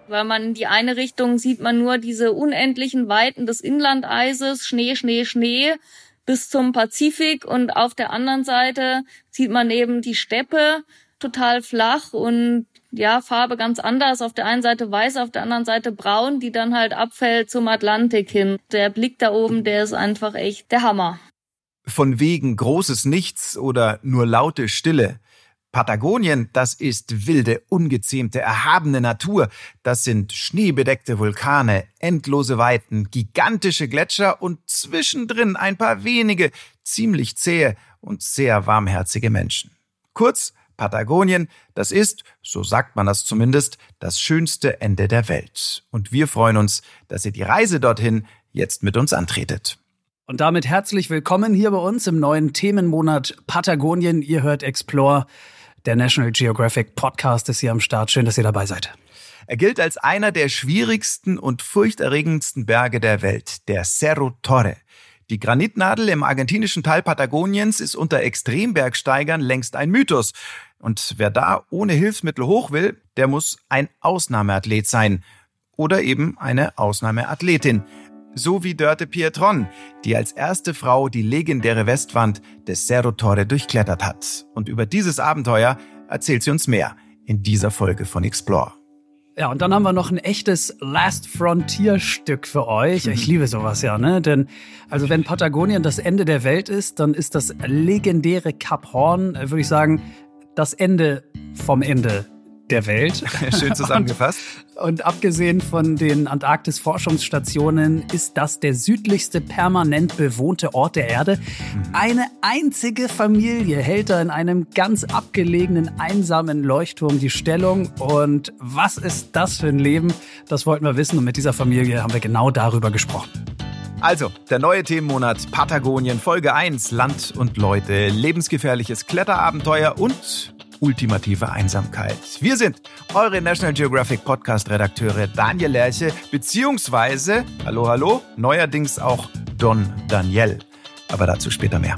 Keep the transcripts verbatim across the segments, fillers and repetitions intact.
Weil man in die eine Richtung sieht man nur diese unendlichen Weiten des Inlandeises, Schnee, Schnee, Schnee bis zum Pazifik. Und auf der anderen Seite sieht man eben die Steppe, total flach und ja, Farbe ganz anders. Auf der einen Seite weiß, auf der anderen Seite braun, die dann halt abfällt zum Atlantik hin. Der Blick da oben, der ist einfach echt der Hammer. Von wegen großes Nichts oder nur laute Stille. Patagonien, das ist wilde, ungezähmte, erhabene Natur. Das sind schneebedeckte Vulkane, endlose Weiten, gigantische Gletscher und zwischendrin ein paar wenige, ziemlich zähe und sehr warmherzige Menschen. Kurz, Patagonien, das ist, so sagt man das zumindest, das schönste Ende der Welt. Und wir freuen uns, dass ihr die Reise dorthin jetzt mit uns antretet. Und damit herzlich willkommen hier bei uns im neuen Themenmonat Patagonien. Ihr hört Explore. Der National Geographic Podcast ist hier am Start. Schön, dass ihr dabei seid. Er gilt als einer der schwierigsten und furchterregendsten Berge der Welt, der Cerro Torre. Die Granitnadel im argentinischen Teil Patagoniens ist unter Extrembergsteigern längst ein Mythos. Und wer da ohne Hilfsmittel hoch will, der muss ein Ausnahmeathlet sein. Oder eben eine Ausnahmeathletin. So wie Dörte Pietron, die als erste Frau die legendäre Westwand des Cerro Torre durchklettert hat. Und über dieses Abenteuer erzählt sie uns mehr in dieser Folge von Explore. Ja, und dann haben wir noch ein echtes Last Frontier-Stück für euch. Ich liebe sowas ja, ne? Denn also wenn Patagonien das Ende der Welt ist, dann ist das legendäre Kap Horn, würde ich sagen, das Ende vom Ende der Welt. Schön zusammengefasst. Und, und abgesehen von den Antarktis-Forschungsstationen ist das der südlichste permanent bewohnte Ort der Erde. Eine einzige Familie hält da in einem ganz abgelegenen, einsamen Leuchtturm die Stellung. Und was ist das für ein Leben? Das wollten wir wissen. Und mit dieser Familie haben wir genau darüber gesprochen. Also, der neue Themenmonat Patagonien, Folge eins, Land und Leute, lebensgefährliches Kletterabenteuer und ultimative Einsamkeit. Wir sind eure National Geographic Podcast-Redakteure Daniel Lerche, beziehungsweise, hallo, hallo, neuerdings auch Don Daniel. Aber dazu später mehr.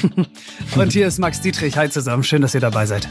Und hier ist Max Dietrich. Hi zusammen, schön, dass ihr dabei seid.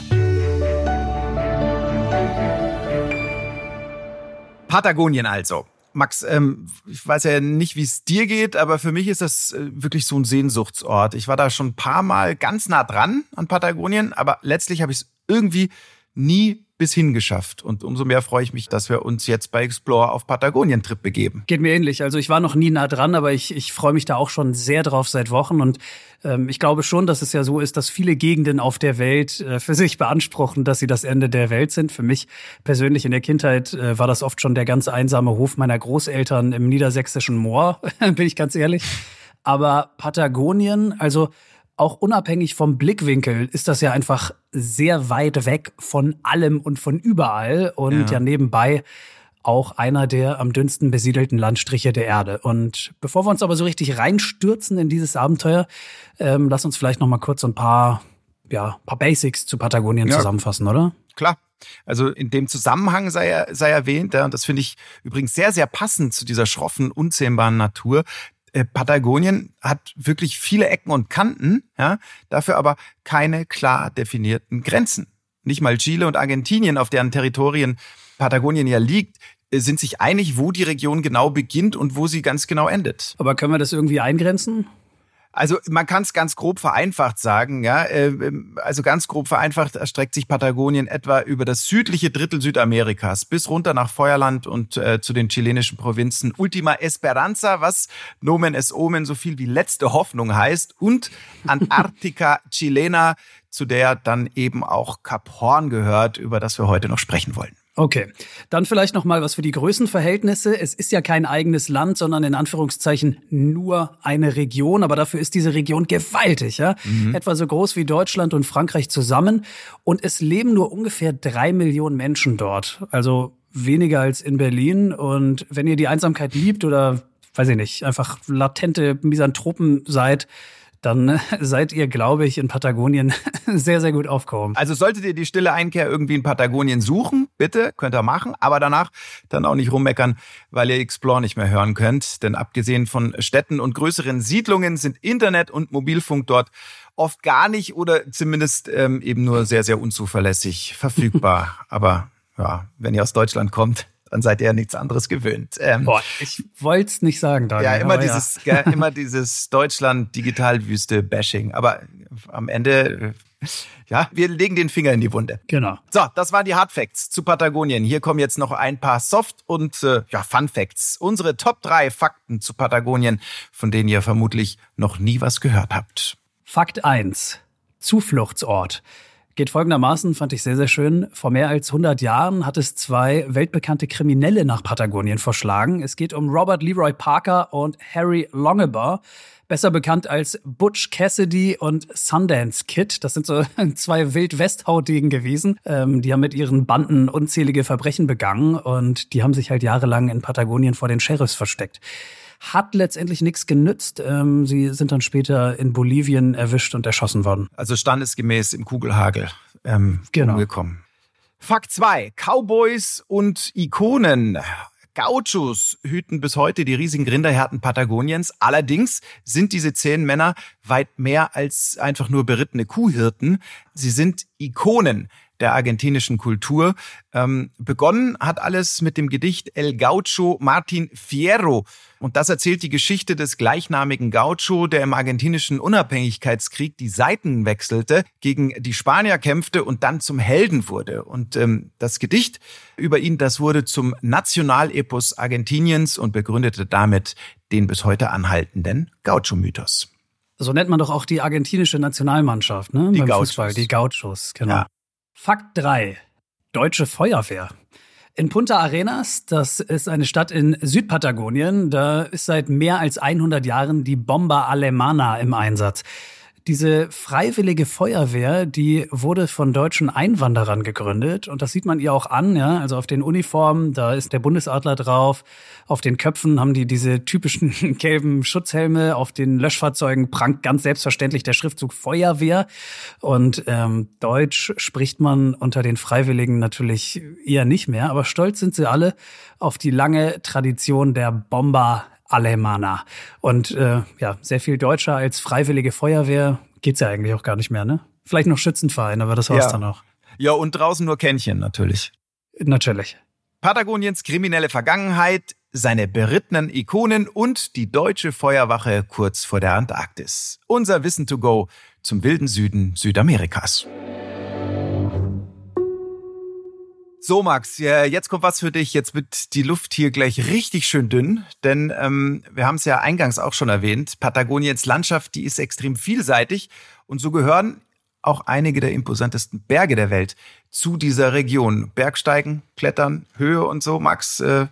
Patagonien also. Max, ähm, ich weiß ja nicht, wie es dir geht, aber für mich ist das äh, wirklich so ein Sehnsuchtsort. Ich war da schon ein paar Mal ganz nah dran an Patagonien, aber letztlich habe ich es irgendwie nie bis hingeschafft. Und umso mehr freue ich mich, dass wir uns jetzt bei Explore auf Patagonien-Trip begeben. Geht mir ähnlich. Also ich war noch nie nah dran, aber ich, ich freue mich da auch schon sehr drauf seit Wochen. Und ähm, ich glaube schon, dass es ja so ist, dass viele Gegenden auf der Welt äh, für sich beanspruchen, dass sie das Ende der Welt sind. Für mich persönlich in der Kindheit äh, war das oft schon der ganz einsame Hof meiner Großeltern im niedersächsischen Moor, bin ich ganz ehrlich. Aber Patagonien, also auch unabhängig vom Blickwinkel ist das ja einfach sehr weit weg von allem und von überall und ja, ja nebenbei auch einer der am dünnsten besiedelten Landstriche der Erde. Und bevor wir uns aber so richtig reinstürzen in dieses Abenteuer, ähm, lass uns vielleicht noch mal kurz so ein paar, ja, paar Basics zu Patagonien ja zusammenfassen, oder? Klar. Also in dem Zusammenhang sei, er, sei erwähnt, ja, und das finde ich übrigens sehr, sehr passend zu dieser schroffen, unzähmbaren Natur. Patagonien hat wirklich viele Ecken und Kanten, ja, dafür aber keine klar definierten Grenzen. Nicht mal Chile und Argentinien, auf deren Territorien Patagonien ja liegt, sind sich einig, wo die Region genau beginnt und wo sie ganz genau endet. Aber können wir das irgendwie eingrenzen? Also man kann es ganz grob vereinfacht sagen, ja. Also ganz grob vereinfacht erstreckt sich Patagonien etwa über das südliche Drittel Südamerikas bis runter nach Feuerland und äh, zu den chilenischen Provinzen Ultima Esperanza, was Nomen es Omen so viel wie letzte Hoffnung heißt, und Antarctica Chilena, zu der dann eben auch Kap Horn gehört, über das wir heute noch sprechen wollen. Okay, dann vielleicht noch mal was für die Größenverhältnisse. Es ist ja kein eigenes Land, sondern in Anführungszeichen nur eine Region. Aber dafür ist diese Region gewaltig, ja, mhm. etwa so groß wie Deutschland und Frankreich zusammen. Und es leben nur ungefähr drei Millionen Menschen dort. Also weniger als in Berlin. Und wenn ihr die Einsamkeit liebt oder, weiß ich nicht, einfach latente Misanthropen seid, dann seid ihr, glaube ich, in Patagonien sehr, sehr gut aufgehoben. Also solltet ihr die stille Einkehr irgendwie in Patagonien suchen, bitte, könnt ihr machen, aber danach dann auch nicht rummeckern, weil ihr Explore nicht mehr hören könnt. Denn abgesehen von Städten und größeren Siedlungen sind Internet und Mobilfunk dort oft gar nicht oder zumindest ähm, eben nur sehr, sehr unzuverlässig verfügbar. Aber ja, wenn ihr aus Deutschland kommt, Dann seid ihr ja nichts anderes gewöhnt. Ähm, Boah, ich wollte es nicht sagen, Daniel. Ja, immer dieses, ja. Gell, immer dieses Deutschland-Digitalwüste-Bashing. Aber am Ende, ja, wir legen den Finger in die Wunde. Genau. So, das waren die Hard Facts zu Patagonien. Hier kommen jetzt noch ein paar Soft- und äh, ja, Fun Facts. Unsere Top drei Fakten zu Patagonien, von denen ihr vermutlich noch nie was gehört habt. Fakt eins. Zufluchtsort. Geht folgendermaßen, fand ich sehr, sehr schön. Vor mehr als hundert Jahren hat es zwei weltbekannte Kriminelle nach Patagonien verschlagen. Es geht um Robert Leroy Parker und Harry Longabaugh, besser bekannt als Butch Cassidy und Sundance Kid. Das sind so zwei Wild-West-Haudegen gewesen. Ähm, die haben mit ihren Banden unzählige Verbrechen begangen und die haben sich halt jahrelang in Patagonien vor den Sheriffs versteckt. Hat letztendlich nichts genützt. Ähm, sie sind dann später in Bolivien erwischt und erschossen worden. Also standesgemäß im Kugelhagel ähm, genau. umgekommen. Fakt zwei. Cowboys und Ikonen. Gauchos hüten bis heute die riesigen Rinderherden Patagoniens. Allerdings sind diese zehn Männer weit mehr als einfach nur berittene Kuhhirten. Sie sind Ikonen der argentinischen Kultur. Ähm, begonnen hat alles mit dem Gedicht El Gaucho Martin Fierro. Und das erzählt die Geschichte des gleichnamigen Gaucho, der im argentinischen Unabhängigkeitskrieg die Seiten wechselte, gegen die Spanier kämpfte und dann zum Helden wurde. Und ähm, das Gedicht über ihn, das wurde zum Nationalepos Argentiniens und begründete damit den bis heute anhaltenden Gaucho-Mythos. So nennt man doch auch die argentinische Nationalmannschaft, ne? Die Beim Gauchos. Fußball, die Gauchos, genau. Ja. Fakt drei. Deutsche Feuerwehr. In Punta Arenas, das ist eine Stadt in Südpatagonien, da ist seit mehr als hundert Jahren die Bomba Alemana im Einsatz. Diese freiwillige Feuerwehr, die wurde von deutschen Einwanderern gegründet und das sieht man ihr auch an, ja, also auf den Uniformen, da ist der Bundesadler drauf, auf den Köpfen haben die diese typischen gelben Schutzhelme, auf den Löschfahrzeugen prangt ganz selbstverständlich der Schriftzug Feuerwehr und ähm, Deutsch spricht man unter den Freiwilligen natürlich eher nicht mehr, aber stolz sind sie alle auf die lange Tradition der Bomba Alemana. Und äh, ja, sehr viel deutscher als freiwillige Feuerwehr geht's ja eigentlich auch gar nicht mehr, ne? Vielleicht noch Schützenverein, aber das war's ja. dann auch. Ja, und draußen nur Kännchen natürlich. Natürlich. Patagoniens kriminelle Vergangenheit, seine berittenen Ikonen und die deutsche Feuerwache kurz vor der Antarktis. Unser Wissen to go zum wilden Süden Südamerikas. So, Max, ja, jetzt kommt was für dich. Jetzt wird die Luft hier gleich richtig schön dünn, denn ähm, wir haben es ja eingangs auch schon erwähnt, Patagoniens Landschaft, die ist extrem vielseitig und so gehören auch einige der imposantesten Berge der Welt zu dieser Region. Bergsteigen, Klettern, Höhe und so. Max, äh,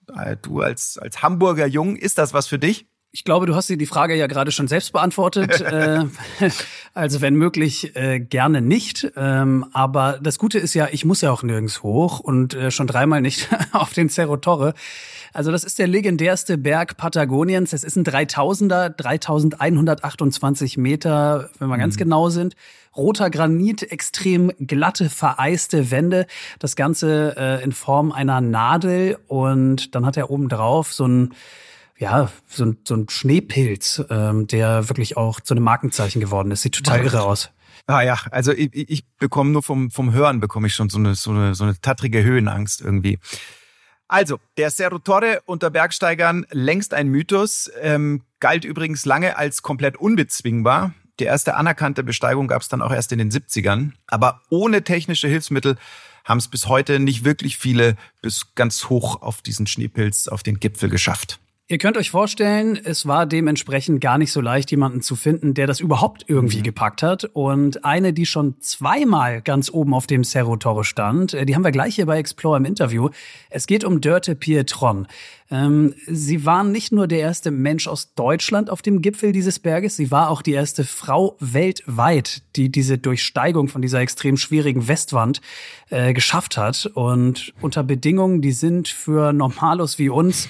du als, als Hamburger Jung, ist das was für dich? Ich glaube, du hast dir die Frage ja gerade schon selbst beantwortet. äh, also wenn möglich, äh, gerne nicht. Ähm, aber das Gute ist ja, ich muss ja auch nirgends hoch und äh, schon dreimal nicht auf den Cerro Torre. Also das ist der legendärste Berg Patagoniens. Es ist ein dreitausender, dreitausendeinhundertachtundzwanzig Meter, wenn wir mhm. ganz genau sind. Roter Granit, extrem glatte, vereiste Wände. Das Ganze äh, in Form einer Nadel. Und dann hat er oben drauf so ein Ja, so ein, so ein Schneepilz, ähm, der wirklich auch zu einem Markenzeichen geworden ist. Sieht total irre aus. Ah ja, also ich, ich bekomme nur vom, vom Hören bekomme ich schon so eine, so eine, so eine tattrige Höhenangst irgendwie. Also, der Cerro Torre unter Bergsteigern längst ein Mythos, ähm, galt übrigens lange als komplett unbezwingbar. Die erste anerkannte Besteigung gab es dann auch erst in den siebzigern. Aber ohne technische Hilfsmittel haben es bis heute nicht wirklich viele bis ganz hoch auf diesen Schneepilz, auf den Gipfel geschafft. Ihr könnt euch vorstellen, es war dementsprechend gar nicht so leicht, jemanden zu finden, der das überhaupt irgendwie mhm. gepackt hat. Und eine, die schon zweimal ganz oben auf dem Cerro Torre stand, die haben wir gleich hier bei Explore im Interview. Es geht um Dörte Pietron. Ähm, sie war nicht nur der erste Mensch aus Deutschland auf dem Gipfel dieses Berges, sie war auch die erste Frau weltweit, die diese Durchsteigung von dieser extrem schwierigen Westwand äh, geschafft hat. Und unter Bedingungen, die sind für Normalos wie uns,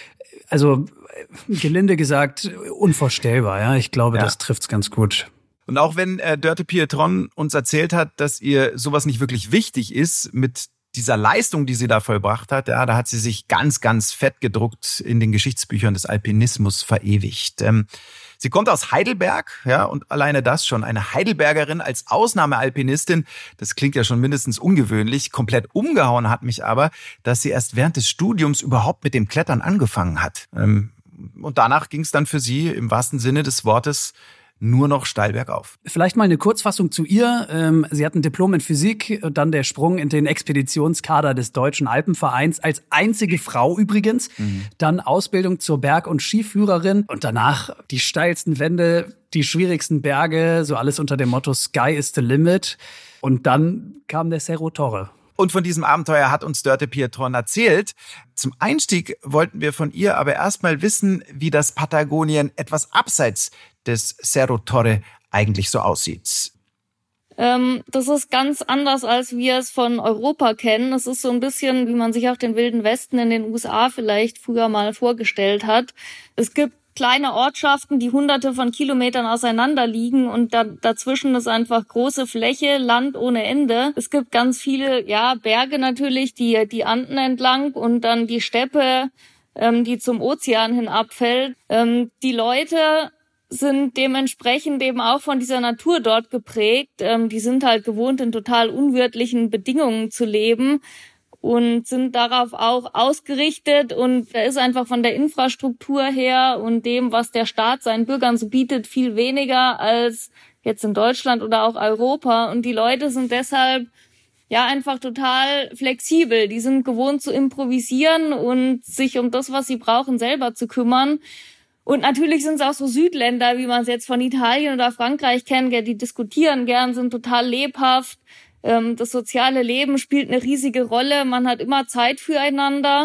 also gelinde gesagt, unvorstellbar. Ja, ich glaube, ja. das trifft's ganz gut. Und auch wenn äh, Dörte Pietron uns erzählt hat, dass ihr sowas nicht wirklich wichtig ist mit dieser Leistung, die sie da vollbracht hat, ja, da hat sie sich ganz, ganz fett gedruckt in den Geschichtsbüchern des Alpinismus verewigt. Ähm, Sie kommt aus Heidelberg, ja, und alleine das schon. Eine Heidelbergerin als Ausnahmealpinistin, das klingt ja schon mindestens ungewöhnlich. Komplett umgehauen hat mich aber, dass sie erst während des Studiums überhaupt mit dem Klettern angefangen hat. Ähm, und danach ging es dann für sie im wahrsten Sinne des Wortes nur noch steil bergauf. Vielleicht mal eine Kurzfassung zu ihr. Ähm, sie hat ein Diplom in Physik, dann der Sprung in den Expeditionskader des Deutschen Alpenvereins, als einzige Frau übrigens. Mhm. Dann Ausbildung zur Berg- und Skiführerin und danach die steilsten Wände, die schwierigsten Berge, so alles unter dem Motto Sky is the limit. Und dann kam der Cerro Torre. Und von diesem Abenteuer hat uns Dörte Pietron erzählt. Zum Einstieg wollten wir von ihr aber erstmal wissen, wie das Patagonien etwas abseits des Cerro Torre eigentlich so aussieht. Ähm, das ist ganz anders, als wir es von Europa kennen. Es ist so ein bisschen, wie man sich auch den Wilden Westen in den U S A vielleicht früher mal vorgestellt hat. Es gibt kleine Ortschaften, die hunderte von Kilometern auseinander liegen und da, dazwischen ist einfach große Fläche, Land ohne Ende. Es gibt ganz viele, ja, Berge natürlich, die, die Anden entlang und dann die Steppe, ähm, die zum Ozean hin abfällt. Ähm, die Leute sind dementsprechend eben auch von dieser Natur dort geprägt. Ähm, die sind halt gewohnt, in total unwirtlichen Bedingungen zu leben und sind darauf auch ausgerichtet. Und da ist einfach von der Infrastruktur her und dem, was der Staat seinen Bürgern so bietet, viel weniger als jetzt in Deutschland oder auch Europa. Und die Leute sind deshalb ja einfach total flexibel. Die sind gewohnt zu improvisieren und sich um das, was sie brauchen, selber zu kümmern. Und natürlich sind es auch so Südländer, wie man es jetzt von Italien oder Frankreich kennt, die diskutieren gern, sind total lebhaft. Das soziale Leben spielt eine riesige Rolle. Man hat immer Zeit füreinander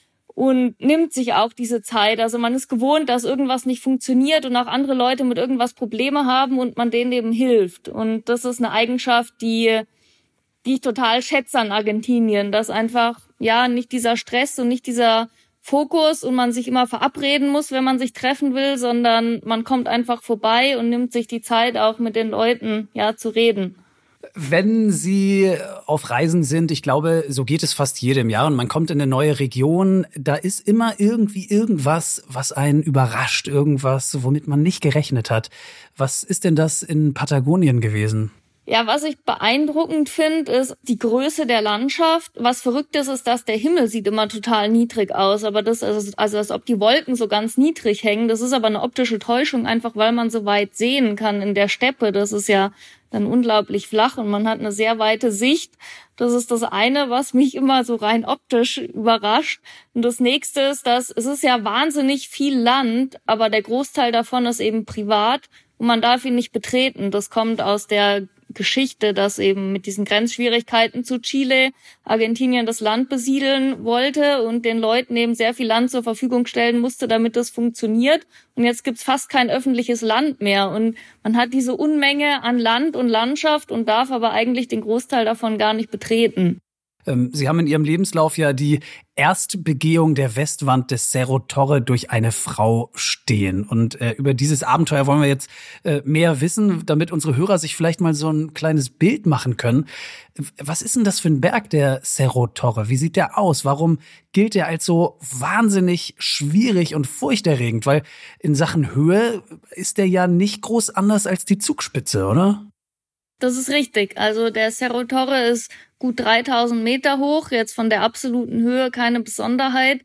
und nimmt sich auch diese Zeit. Also man ist gewohnt, dass irgendwas nicht funktioniert und auch andere Leute mit irgendwas Probleme haben und man denen eben hilft. Und das ist eine Eigenschaft, die, die ich total schätze an Argentinien, dass einfach, ja, nicht dieser Stress und nicht dieser Fokus und man sich immer verabreden muss, wenn man sich treffen will, sondern man kommt einfach vorbei und nimmt sich die Zeit, auch mit den Leuten, ja, zu reden. Wenn Sie auf Reisen sind, ich glaube, so geht es fast jedem Jahr und man kommt in eine neue Region, da ist immer irgendwie irgendwas, was einen überrascht, irgendwas, womit man nicht gerechnet hat. Was ist denn das in Patagonien gewesen? Ja, was ich beeindruckend finde, ist die Größe der Landschaft. Was verrückt ist, ist, dass der Himmel sieht immer total niedrig aus, aber das ist also, als ob die Wolken so ganz niedrig hängen. Das ist aber eine optische Täuschung, einfach weil man so weit sehen kann in der Steppe. Das ist ja dann unglaublich flach und man hat eine sehr weite Sicht. Das ist das eine, was mich immer so rein optisch überrascht. Und das nächste ist, dass es ist ja wahnsinnig viel Land, aber der Großteil davon ist eben privat und man darf ihn nicht betreten. Das kommt aus der Geschichte, dass eben mit diesen Grenzschwierigkeiten zu Chile Argentinien das Land besiedeln wollte und den Leuten eben sehr viel Land zur Verfügung stellen musste, damit das funktioniert. Und jetzt gibt's fast kein öffentliches Land mehr und man hat diese Unmenge an Land und Landschaft und darf aber eigentlich den Großteil davon gar nicht betreten. Sie haben in Ihrem Lebenslauf ja die Erstbegehung der Westwand des Cerro Torre durch eine Frau stehen. Und äh, über dieses Abenteuer wollen wir jetzt äh, mehr wissen, damit unsere Hörer sich vielleicht mal so ein kleines Bild machen können. Was ist denn das für ein Berg, der Cerro Torre? Wie sieht der aus? Warum gilt der als so wahnsinnig schwierig und furchterregend? Weil in Sachen Höhe ist der ja nicht groß anders als die Zugspitze, oder? Das ist richtig. Also der Cerro Torre ist gut dreitausend Meter hoch, jetzt von der absoluten Höhe keine Besonderheit.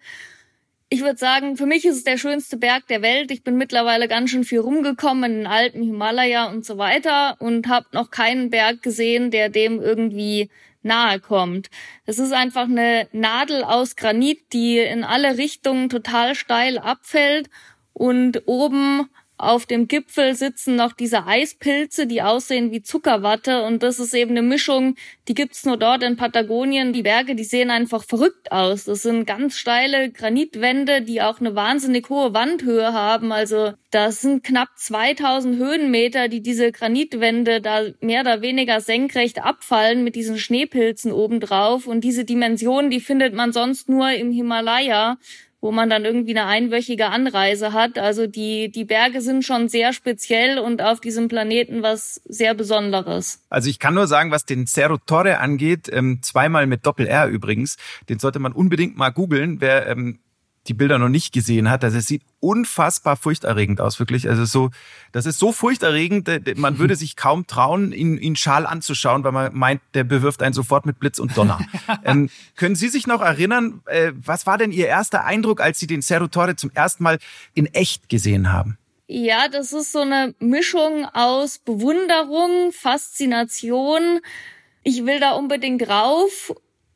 Ich würde sagen, für mich ist es der schönste Berg der Welt. Ich bin mittlerweile ganz schön viel rumgekommen in den Alpen, Himalaya und so weiter und habe noch keinen Berg gesehen, der dem irgendwie nahe kommt. Es ist einfach eine Nadel aus Granit, die in alle Richtungen total steil abfällt und oben auf dem Gipfel sitzen noch diese Eispilze, die aussehen wie Zuckerwatte und das ist eben eine Mischung, die gibt's nur dort in Patagonien. Die Berge, die sehen einfach verrückt aus. Das sind ganz steile Granitwände, die auch eine wahnsinnig hohe Wandhöhe haben. Also das sind knapp zweitausend Höhenmeter, die diese Granitwände da mehr oder weniger senkrecht abfallen mit diesen Schneepilzen obendrauf und diese Dimension, die findet man sonst nur im Himalaya, wo man dann irgendwie eine einwöchige Anreise hat. Also die die Berge sind schon sehr speziell und auf diesem Planeten was sehr Besonderes. Also ich kann nur sagen, was den Cerro Torre angeht, ähm, zweimal mit Doppel-R übrigens, den sollte man unbedingt mal googeln. Wer ähm, die Bilder noch nicht gesehen hat. Also es sieht unfassbar furchterregend aus, wirklich. Also so, das ist so furchterregend, man würde sich kaum trauen, ihn, ihn schal anzuschauen, weil man meint, der bewirft einen sofort mit Blitz und Donner. ähm, können Sie sich noch erinnern, äh, was war denn Ihr erster Eindruck, als Sie den Cerro Torre zum ersten Mal in echt gesehen haben? Ja, das ist so eine Mischung aus Bewunderung, Faszination. Ich will da unbedingt rauf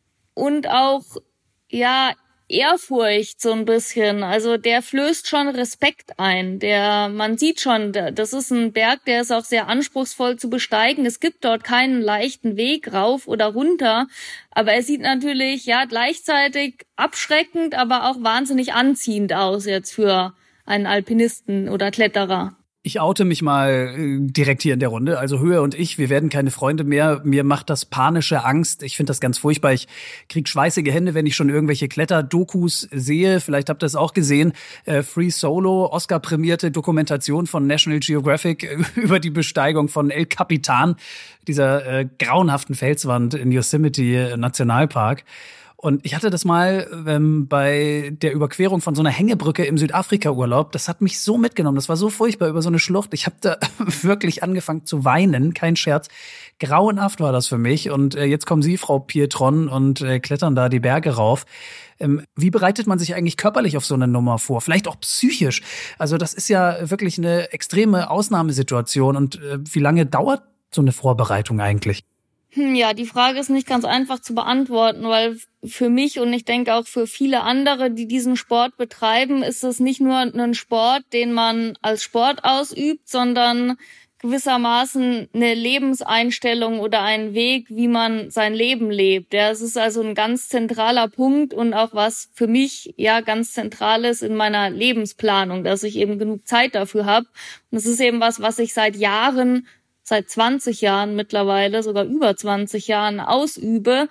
und auch, ja, Ehrfurcht so ein bisschen. Also der flößt schon Respekt ein. Der, man sieht schon, das ist ein Berg, der ist auch sehr anspruchsvoll zu besteigen. Es gibt dort keinen leichten Weg rauf oder runter. Aber er sieht natürlich, ja, gleichzeitig abschreckend, aber auch wahnsinnig anziehend aus jetzt für einen Alpinisten oder Kletterer. Ich oute mich mal äh, direkt hier in der Runde. Also Höhe und ich, wir werden keine Freunde mehr. Mir macht das panische Angst. Ich finde das ganz furchtbar. Ich krieg schweißige Hände, wenn ich schon irgendwelche Kletterdokus sehe. Vielleicht habt ihr es auch gesehen. Äh, Free Solo, Oscar-prämierte Dokumentation von National Geographic über die Besteigung von El Capitan, dieser äh, grauenhaften Felswand in Yosemite Nationalpark. Und ich hatte das mal ähm, bei der Überquerung von so einer Hängebrücke im Südafrika-Urlaub. Das hat mich so mitgenommen. Das war so furchtbar über so eine Schlucht. Ich habe da wirklich angefangen zu weinen. Kein Scherz. Grauenhaft war das für mich. Und äh, jetzt kommen Sie, Frau Pietron, und äh, klettern da die Berge rauf. Ähm, wie bereitet man sich eigentlich körperlich auf so eine Nummer vor? Vielleicht auch psychisch. Also das ist ja wirklich eine extreme Ausnahmesituation. Und äh, wie lange dauert so eine Vorbereitung eigentlich? Hm, ja, die Frage ist nicht ganz einfach zu beantworten, weil für mich und ich denke auch für viele andere, die diesen Sport betreiben, ist es nicht nur ein Sport, den man als Sport ausübt, sondern gewissermaßen eine Lebenseinstellung oder ein Weg, wie man sein Leben lebt. Ja, es ist also ein ganz zentraler Punkt und auch was für mich ja ganz Zentrales in meiner Lebensplanung, dass ich eben genug Zeit dafür habe. Und es ist eben was, was ich seit Jahren seit zwanzig Jahren mittlerweile, sogar über zwanzig Jahren ausübe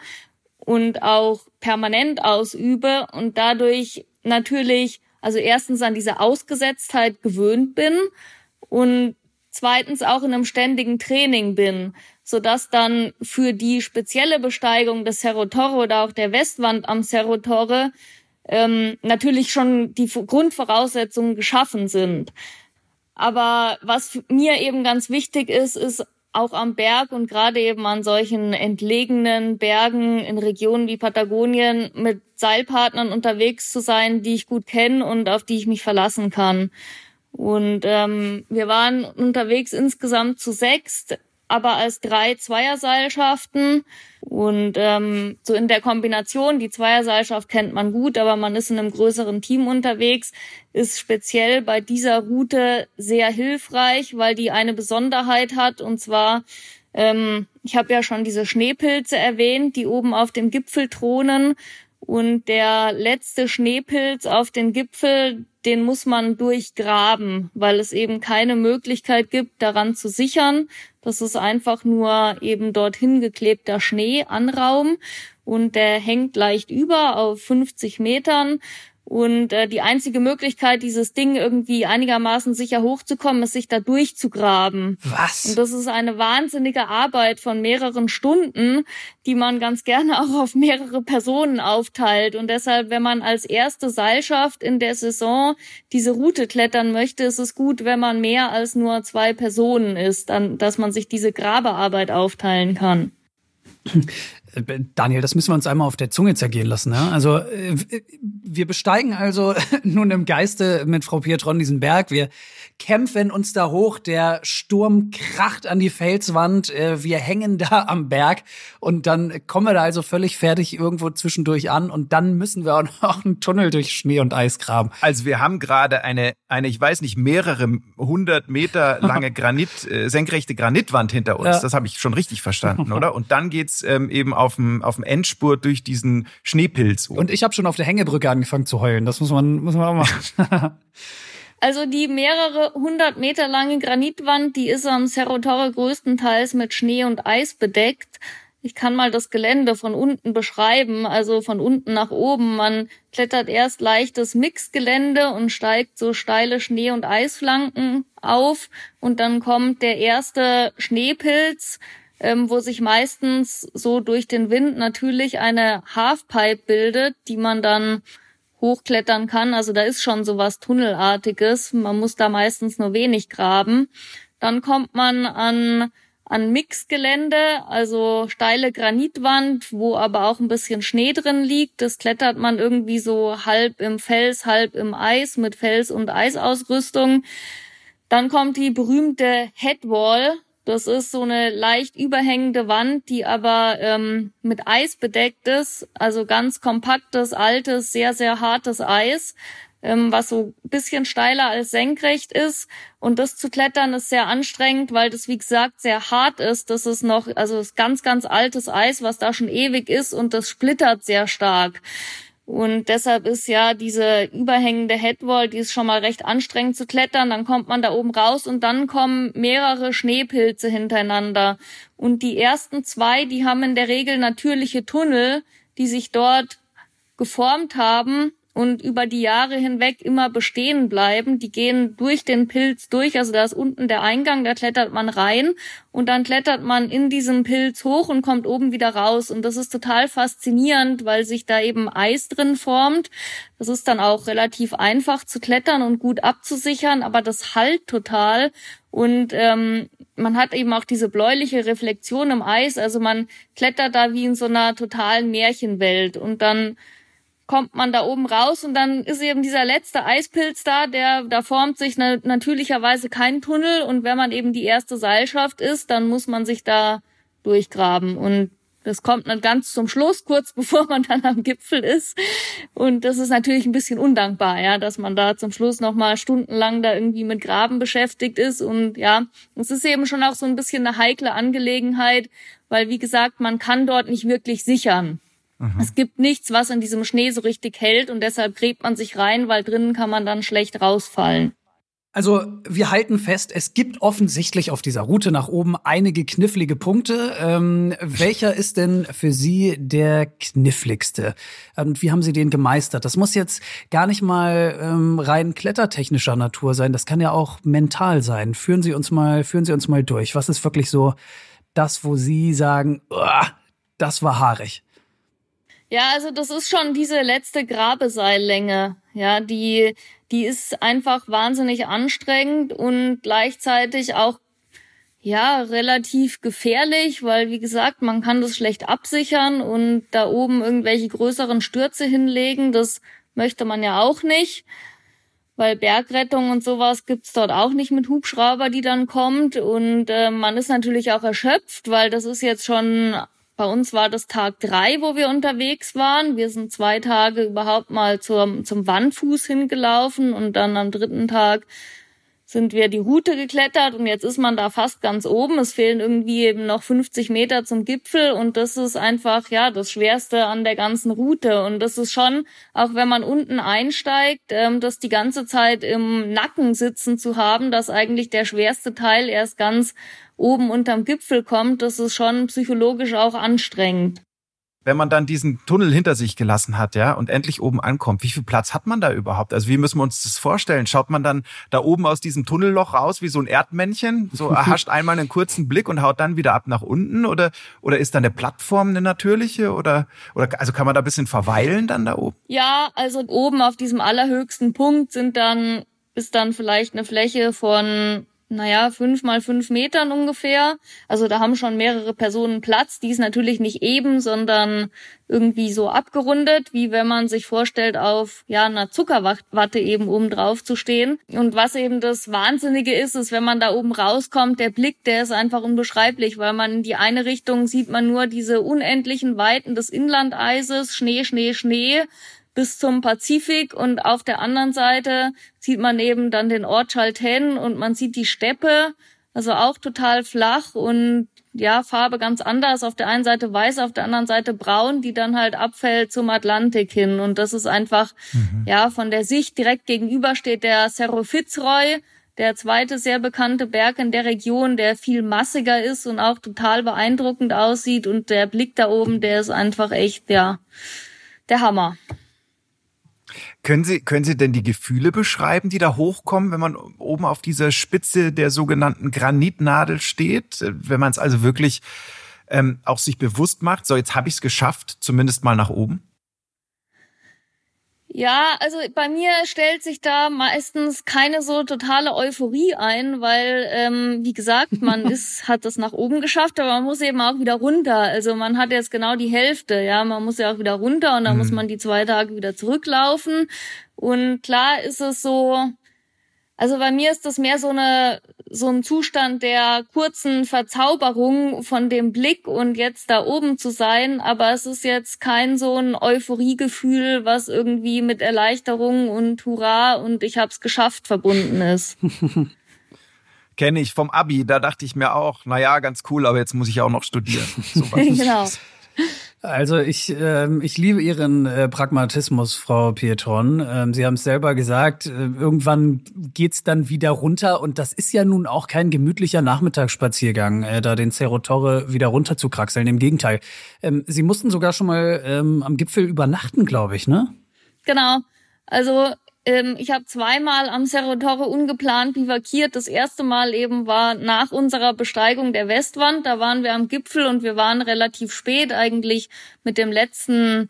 und auch permanent ausübe und dadurch natürlich, also erstens an diese Ausgesetztheit gewöhnt bin und zweitens auch in einem ständigen Training bin, sodass dann für die spezielle Besteigung des Cerro Torre oder auch der Westwand am Cerro Torre ähm, natürlich schon die Grundvoraussetzungen geschaffen sind. Aber was mir eben ganz wichtig ist, ist auch am Berg und gerade eben an solchen entlegenen Bergen in Regionen wie Patagonien mit Seilpartnern unterwegs zu sein, die ich gut kenne und auf die ich mich verlassen kann. Und ähm, wir waren unterwegs insgesamt zu sechst, aber als drei Zweierseilschaften. Und ähm, so in der Kombination, die Zweierseilschaft kennt man gut, aber man ist in einem größeren Team unterwegs, ist speziell bei dieser Route sehr hilfreich, weil die eine Besonderheit hat. Und zwar, ähm, ich habe ja schon diese Schneepilze erwähnt, die oben auf dem Gipfel thronen. Und der letzte Schneepilz auf den Gipfel, den muss man durchgraben, weil es eben keine Möglichkeit gibt, daran zu sichern. Das ist einfach nur eben dorthin geklebter Schnee an Raum und der hängt leicht über auf fünfzig Metern. Und äh, die einzige Möglichkeit, dieses Ding irgendwie einigermaßen sicher hochzukommen, ist, sich da durchzugraben. Was? Und das ist eine wahnsinnige Arbeit von mehreren Stunden, die man ganz gerne auch auf mehrere Personen aufteilt. Und deshalb, wenn man als erste Seilschaft in der Saison diese Route klettern möchte, ist es gut, wenn man mehr als nur zwei Personen ist, dann, dass man sich diese Grabearbeit aufteilen kann. Daniel, das müssen wir uns einmal auf der Zunge zergehen lassen. Ne? Also äh, wir besteigen also nun im Geiste mit Frau Pietron diesen Berg. Wir kämpfen uns da hoch, der Sturm kracht an die Felswand, äh, wir hängen da am Berg und dann kommen wir da also völlig fertig irgendwo zwischendurch an und dann müssen wir auch noch einen Tunnel durch Schnee und Eis graben. Also wir haben gerade eine, eine, ich weiß nicht, mehrere hundert Meter lange Granit, äh, senkrechte Granitwand hinter uns. Ja. Das habe ich schon richtig verstanden, oder? Und dann geht's ähm, eben auf dem auf dem Endspurt durch diesen Schneepilz. Und ich habe schon auf der Hängebrücke angefangen zu heulen. Das muss man muss man auch machen. Also die mehrere hundert Meter lange Granitwand, die ist am Cerro Torre größtenteils mit Schnee und Eis bedeckt. Ich kann mal das Gelände von unten beschreiben, also von unten nach oben. Man klettert erst leichtes Mixgelände und steigt so steile Schnee- und Eisflanken auf. Und dann kommt der erste Schneepilz, ähm, wo sich meistens so durch den Wind natürlich eine Halfpipe bildet, die man dann hochklettern kann. Also da ist schon sowas Tunnelartiges. Man muss da meistens nur wenig graben. Dann kommt man an an Mixgelände, also steile Granitwand, wo aber auch ein bisschen Schnee drin liegt. Das klettert man irgendwie so halb im Fels, halb im Eis mit Fels- und Eisausrüstung. Dann kommt die berühmte Headwall. Das ist so eine leicht überhängende Wand, die aber ähm, mit Eis bedeckt ist. Also ganz kompaktes, altes, sehr, sehr hartes Eis, ähm, was so ein bisschen steiler als senkrecht ist. Und das zu klettern ist sehr anstrengend, weil das, wie gesagt, sehr hart ist. Das ist noch, also das ist ganz, ganz altes Eis, was da schon ewig ist, und das splittert sehr stark. Und deshalb ist ja diese überhängende Headwall, die ist schon mal recht anstrengend zu klettern. Dann kommt man da oben raus und dann kommen mehrere Schneepilze hintereinander. Und die ersten zwei, die haben in der Regel natürliche Tunnel, die sich dort geformt haben und über die Jahre hinweg immer bestehen bleiben. Die gehen durch den Pilz durch, also da ist unten der Eingang, da klettert man rein und dann klettert man in diesem Pilz hoch und kommt oben wieder raus. Und das ist total faszinierend, weil sich da eben Eis drin formt. Das ist dann auch relativ einfach zu klettern und gut abzusichern, aber das hallt total. Und ähm, man hat eben auch diese bläuliche Reflexion im Eis, also man klettert da wie in so einer totalen Märchenwelt. Und dann kommt man da oben raus und dann ist eben dieser letzte Eispilz da, der da formt sich na- natürlicherweise kein Tunnel, und wenn man eben die erste Seilschaft ist, dann muss man sich da durchgraben, und das kommt dann ganz zum Schluss, kurz bevor man dann am Gipfel ist, und das ist natürlich ein bisschen undankbar, ja, dass man da zum Schluss nochmal stundenlang da irgendwie mit Graben beschäftigt ist. Und ja, es ist eben schon auch so ein bisschen eine heikle Angelegenheit, weil, wie gesagt, man kann dort nicht wirklich sichern. Es gibt nichts, was in diesem Schnee so richtig hält, und deshalb gräbt man sich rein, weil drinnen kann man dann schlecht rausfallen. Also wir halten fest, es gibt offensichtlich auf dieser Route nach oben einige knifflige Punkte. Ähm, welcher ist denn für Sie der kniffligste? Und wie haben Sie den gemeistert? Das muss jetzt gar nicht mal ähm, rein klettertechnischer Natur sein, das kann ja auch mental sein. Führen Sie uns mal, führen Sie uns mal durch. Was ist wirklich so das, wo Sie sagen, das war haarig? Ja, also das ist schon diese letzte Grabeseillänge. Ja, die, die ist einfach wahnsinnig anstrengend und gleichzeitig auch, ja, relativ gefährlich, weil, wie gesagt, man kann das schlecht absichern und da oben irgendwelche größeren Stürze hinlegen, das möchte man ja auch nicht, weil Bergrettung und sowas gibt's dort auch nicht mit Hubschrauber, die dann kommt, und äh, man ist natürlich auch erschöpft, weil das ist jetzt schon... Bei uns war das Tag drei, wo wir unterwegs waren. Wir sind zwei Tage überhaupt mal zum, zum Wandfuß hingelaufen, und dann am dritten Tag sind wir die Route geklettert, und jetzt ist man da fast ganz oben. Es fehlen irgendwie eben noch fünfzig Meter zum Gipfel, und das ist einfach, ja, das Schwerste an der ganzen Route. Und das ist schon, auch wenn man unten einsteigt, ähm, das die ganze Zeit im Nacken sitzen zu haben, dass eigentlich der schwerste Teil erst ganz oben unterm Gipfel kommt, das ist schon psychologisch auch anstrengend. Wenn man dann diesen Tunnel hinter sich gelassen hat, ja, und endlich oben ankommt, wie viel Platz hat man da überhaupt? Also wie müssen wir uns das vorstellen? Schaut man dann da oben aus diesem Tunnelloch raus wie so ein Erdmännchen, so erhascht einmal einen kurzen Blick und haut dann wieder ab nach unten? Oder oder ist dann eine Plattform eine natürliche? Oder oder also kann man da ein bisschen verweilen dann da oben? Ja, also oben auf diesem allerhöchsten Punkt sind dann ist dann vielleicht eine Fläche von naja, fünf mal fünf Metern ungefähr. Also da haben schon mehrere Personen Platz. Die ist natürlich nicht eben, sondern irgendwie so abgerundet, wie wenn man sich vorstellt, auf ja einer Zuckerwatte eben oben drauf zu stehen. Und was eben das Wahnsinnige ist, ist, wenn man da oben rauskommt, der Blick, der ist einfach unbeschreiblich, weil man in die eine Richtung sieht man nur diese unendlichen Weiten des Inlandeises, Schnee, Schnee, Schnee, bis zum Pazifik, und auf der anderen Seite sieht man eben dann den Ort Chaltén und man sieht die Steppe, also auch total flach und ja, Farbe ganz anders. Auf der einen Seite weiß, auf der anderen Seite braun, die dann halt abfällt zum Atlantik hin. Und das ist einfach, mhm. ja, von der Sicht direkt gegenüber steht der Cerro Fitzroy, der zweite sehr bekannte Berg in der Region, der viel massiger ist und auch total beeindruckend aussieht. Und der Blick da oben, der ist einfach echt, ja, der Hammer. Können Sie, können Sie denn die Gefühle beschreiben, die da hochkommen, wenn man oben auf dieser Spitze der sogenannten Granitnadel steht? Wenn man es also wirklich ähm, auch sich bewusst macht, so jetzt habe ich es geschafft, zumindest mal nach oben? Ja, also bei mir stellt sich da meistens keine so totale Euphorie ein, weil, ähm, wie gesagt, man ist, hat das nach oben geschafft, aber man muss eben auch wieder runter. Also man hat jetzt genau die Hälfte, ja, man muss ja auch wieder runter und dann mhm. muss man die zwei Tage wieder zurücklaufen. Und klar ist es so, also bei mir ist das mehr so eine so ein Zustand der kurzen Verzauberung von dem Blick und jetzt da oben zu sein, aber es ist jetzt kein so ein Euphoriegefühl, was irgendwie mit Erleichterung und Hurra und ich hab's geschafft verbunden ist. Kenne ich vom Abi, da dachte ich mir auch, naja, ganz cool, aber jetzt muss ich auch noch studieren. So genau. Also ich, ähm, ich liebe Ihren äh, Pragmatismus, Frau Pietron. Ähm, Sie haben es selber gesagt, äh, irgendwann geht's dann wieder runter und das ist ja nun auch kein gemütlicher Nachmittagsspaziergang, äh, da den Cerro Torre wieder runter zu kraxeln. Im Gegenteil. Ähm, Sie mussten sogar schon mal ähm, am Gipfel übernachten, glaube ich, ne? Genau. Also ähm, ich habe zweimal am Cerro Torre ungeplant bivakiert. Das erste Mal eben war nach unserer Besteigung der Westwand. Da waren wir am Gipfel und wir waren relativ spät. Eigentlich mit dem letzten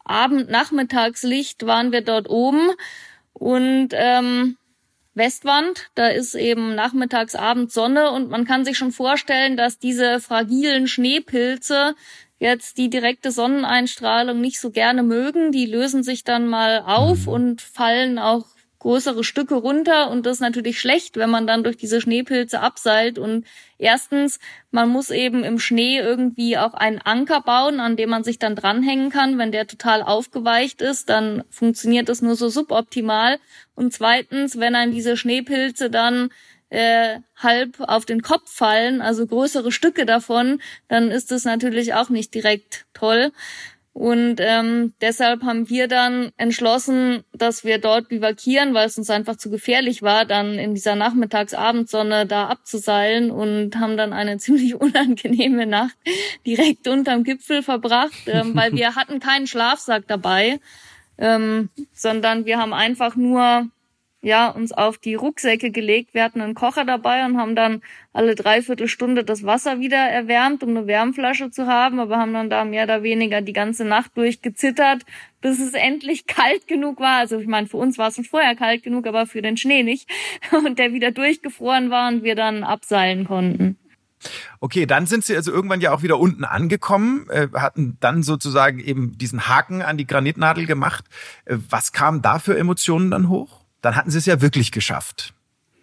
Abend-Nachmittagslicht waren wir dort oben. Und ähm, Westwand, da ist eben nachmittags, abends Sonne und man kann sich schon vorstellen, dass diese fragilen Schneepilze jetzt die direkte Sonneneinstrahlung nicht so gerne mögen. Die lösen sich dann mal auf und fallen auch größere Stücke runter und das ist natürlich schlecht, wenn man dann durch diese Schneepilze abseilt. Und erstens, man muss eben im Schnee irgendwie auch einen Anker bauen, an dem man sich dann dranhängen kann. Wenn der total aufgeweicht ist, dann funktioniert das nur so suboptimal. Und zweitens, wenn einem diese Schneepilze dann Äh, halb auf den Kopf fallen, also größere Stücke davon, dann ist das natürlich auch nicht direkt toll. Und ähm, deshalb haben wir dann entschlossen, dass wir dort bivakieren, weil es uns einfach zu gefährlich war, dann in dieser Nachmittags-Abendsonne da abzuseilen und haben dann eine ziemlich unangenehme Nacht direkt unterm Gipfel verbracht, ähm, weil wir hatten keinen Schlafsack dabei, ähm, sondern wir haben einfach nur ja, uns auf die Rucksäcke gelegt. Wir hatten einen Kocher dabei und haben dann alle dreiviertel Stunde das Wasser wieder erwärmt, um eine Wärmflasche zu haben. Aber haben dann da mehr oder weniger die ganze Nacht durchgezittert, bis es endlich kalt genug war. Also ich meine, für uns war es schon vorher kalt genug, aber für den Schnee nicht. Und der wieder durchgefroren war und wir dann abseilen konnten. Okay, dann sind Sie also irgendwann ja auch wieder unten angekommen, äh, hatten dann sozusagen eben diesen Haken an die Granitnadel gemacht. Äh, was kamen da für Emotionen dann hoch? Dann hatten Sie es ja wirklich geschafft.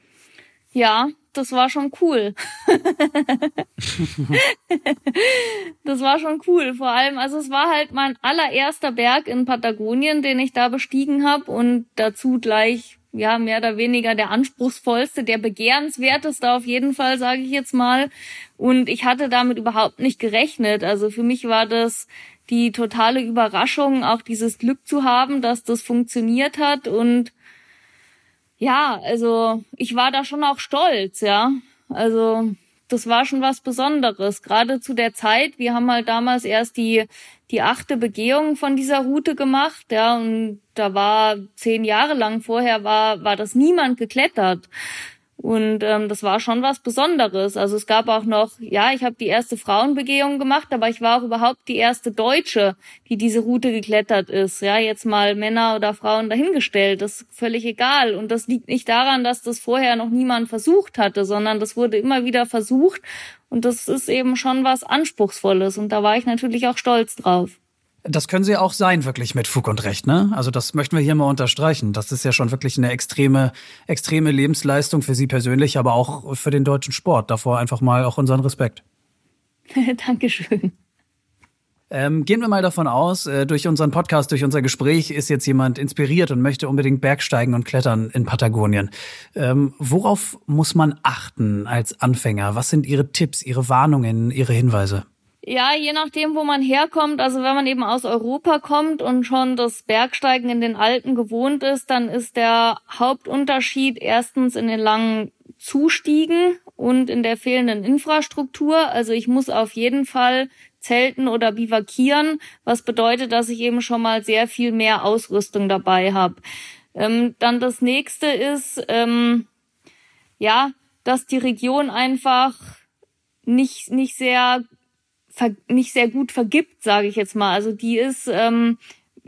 Ja, das war schon cool. Das war schon cool. Vor allem, also es war halt mein allererster Berg in Patagonien, den ich da bestiegen habe und dazu gleich ja mehr oder weniger der anspruchsvollste, der begehrenswerteste auf jeden Fall, sage ich jetzt mal. Und ich hatte damit überhaupt nicht gerechnet. Also für mich war das die totale Überraschung, auch dieses Glück zu haben, dass das funktioniert hat. Und ja, also ich war da schon auch stolz, ja. Also das war schon was Besonderes, gerade zu der Zeit. Wir haben halt damals erst die die achte Begehung von dieser Route gemacht, ja, und da war zehn Jahre lang vorher war war das niemand geklettert. Und ähm, das war schon was Besonderes. Also es gab auch noch, ja, ich habe die erste Frauenbegehung gemacht, aber ich war auch überhaupt die erste Deutsche, die diese Route geklettert ist. Ja, jetzt mal Männer oder Frauen dahingestellt, das ist völlig egal. Und das liegt nicht daran, dass das vorher noch niemand versucht hatte, sondern das wurde immer wieder versucht. Und das ist eben schon was Anspruchsvolles. Und da war ich natürlich auch stolz drauf. Das können Sie auch sein, wirklich mit Fug und Recht, ne? Also das möchten wir hier mal unterstreichen. Das ist ja schon wirklich eine extreme, extreme Lebensleistung für Sie persönlich, aber auch für den deutschen Sport. Davor einfach mal auch unseren Respekt. Dankeschön. Ähm, gehen wir mal davon aus, äh, durch unseren Podcast, durch unser Gespräch ist jetzt jemand inspiriert und möchte unbedingt Bergsteigen und Klettern in Patagonien. Ähm, worauf muss man achten als Anfänger? Was sind Ihre Tipps, Ihre Warnungen, Ihre Hinweise? Ja, je nachdem, wo man herkommt, also wenn man eben aus Europa kommt und schon das Bergsteigen in den Alpen gewohnt ist, dann ist der Hauptunterschied erstens in den langen Zustiegen und in der fehlenden Infrastruktur. Also ich muss auf jeden Fall zelten oder bivakieren, was bedeutet, dass ich eben schon mal sehr viel mehr Ausrüstung dabei habe. Ähm, dann das nächste ist, ähm, ja, dass die Region einfach nicht nicht sehr nicht sehr gut vergibt, sage ich jetzt mal. Also die ist, ähm,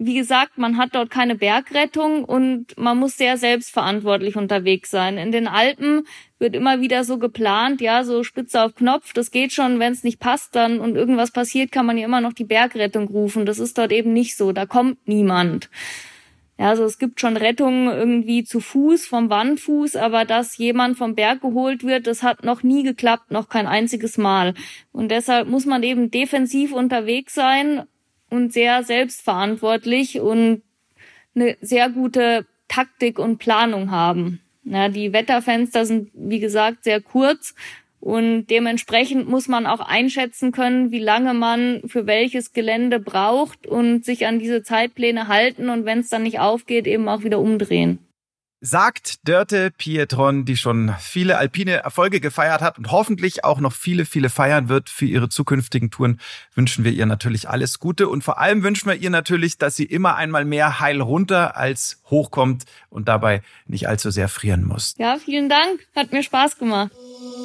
wie gesagt, man hat dort keine Bergrettung und man muss sehr selbstverantwortlich unterwegs sein. In den Alpen wird immer wieder so geplant, ja, so Spitze auf Knopf, das geht schon, wenn es nicht passt dann und irgendwas passiert, kann man ja immer noch die Bergrettung rufen. Das ist dort eben nicht so, da kommt niemand. Ja, also es gibt schon Rettungen irgendwie zu Fuß, vom Wandfuß, aber dass jemand vom Berg geholt wird, das hat noch nie geklappt, noch kein einziges Mal. Und deshalb muss man eben defensiv unterwegs sein und sehr selbstverantwortlich und eine sehr gute Taktik und Planung haben. Ja, die Wetterfenster sind, wie gesagt, sehr kurz und dementsprechend muss man auch einschätzen können, wie lange man für welches Gelände braucht und sich an diese Zeitpläne halten und wenn es dann nicht aufgeht, eben auch wieder umdrehen. Sagt Dörte Pietron, die schon viele alpine Erfolge gefeiert hat und hoffentlich auch noch viele, viele feiern wird für ihre zukünftigen Touren, wünschen wir ihr natürlich alles Gute. Und vor allem wünschen wir ihr natürlich, dass sie immer einmal mehr heil runter als hochkommt und dabei nicht allzu sehr frieren muss. Ja, vielen Dank. Hat mir Spaß gemacht.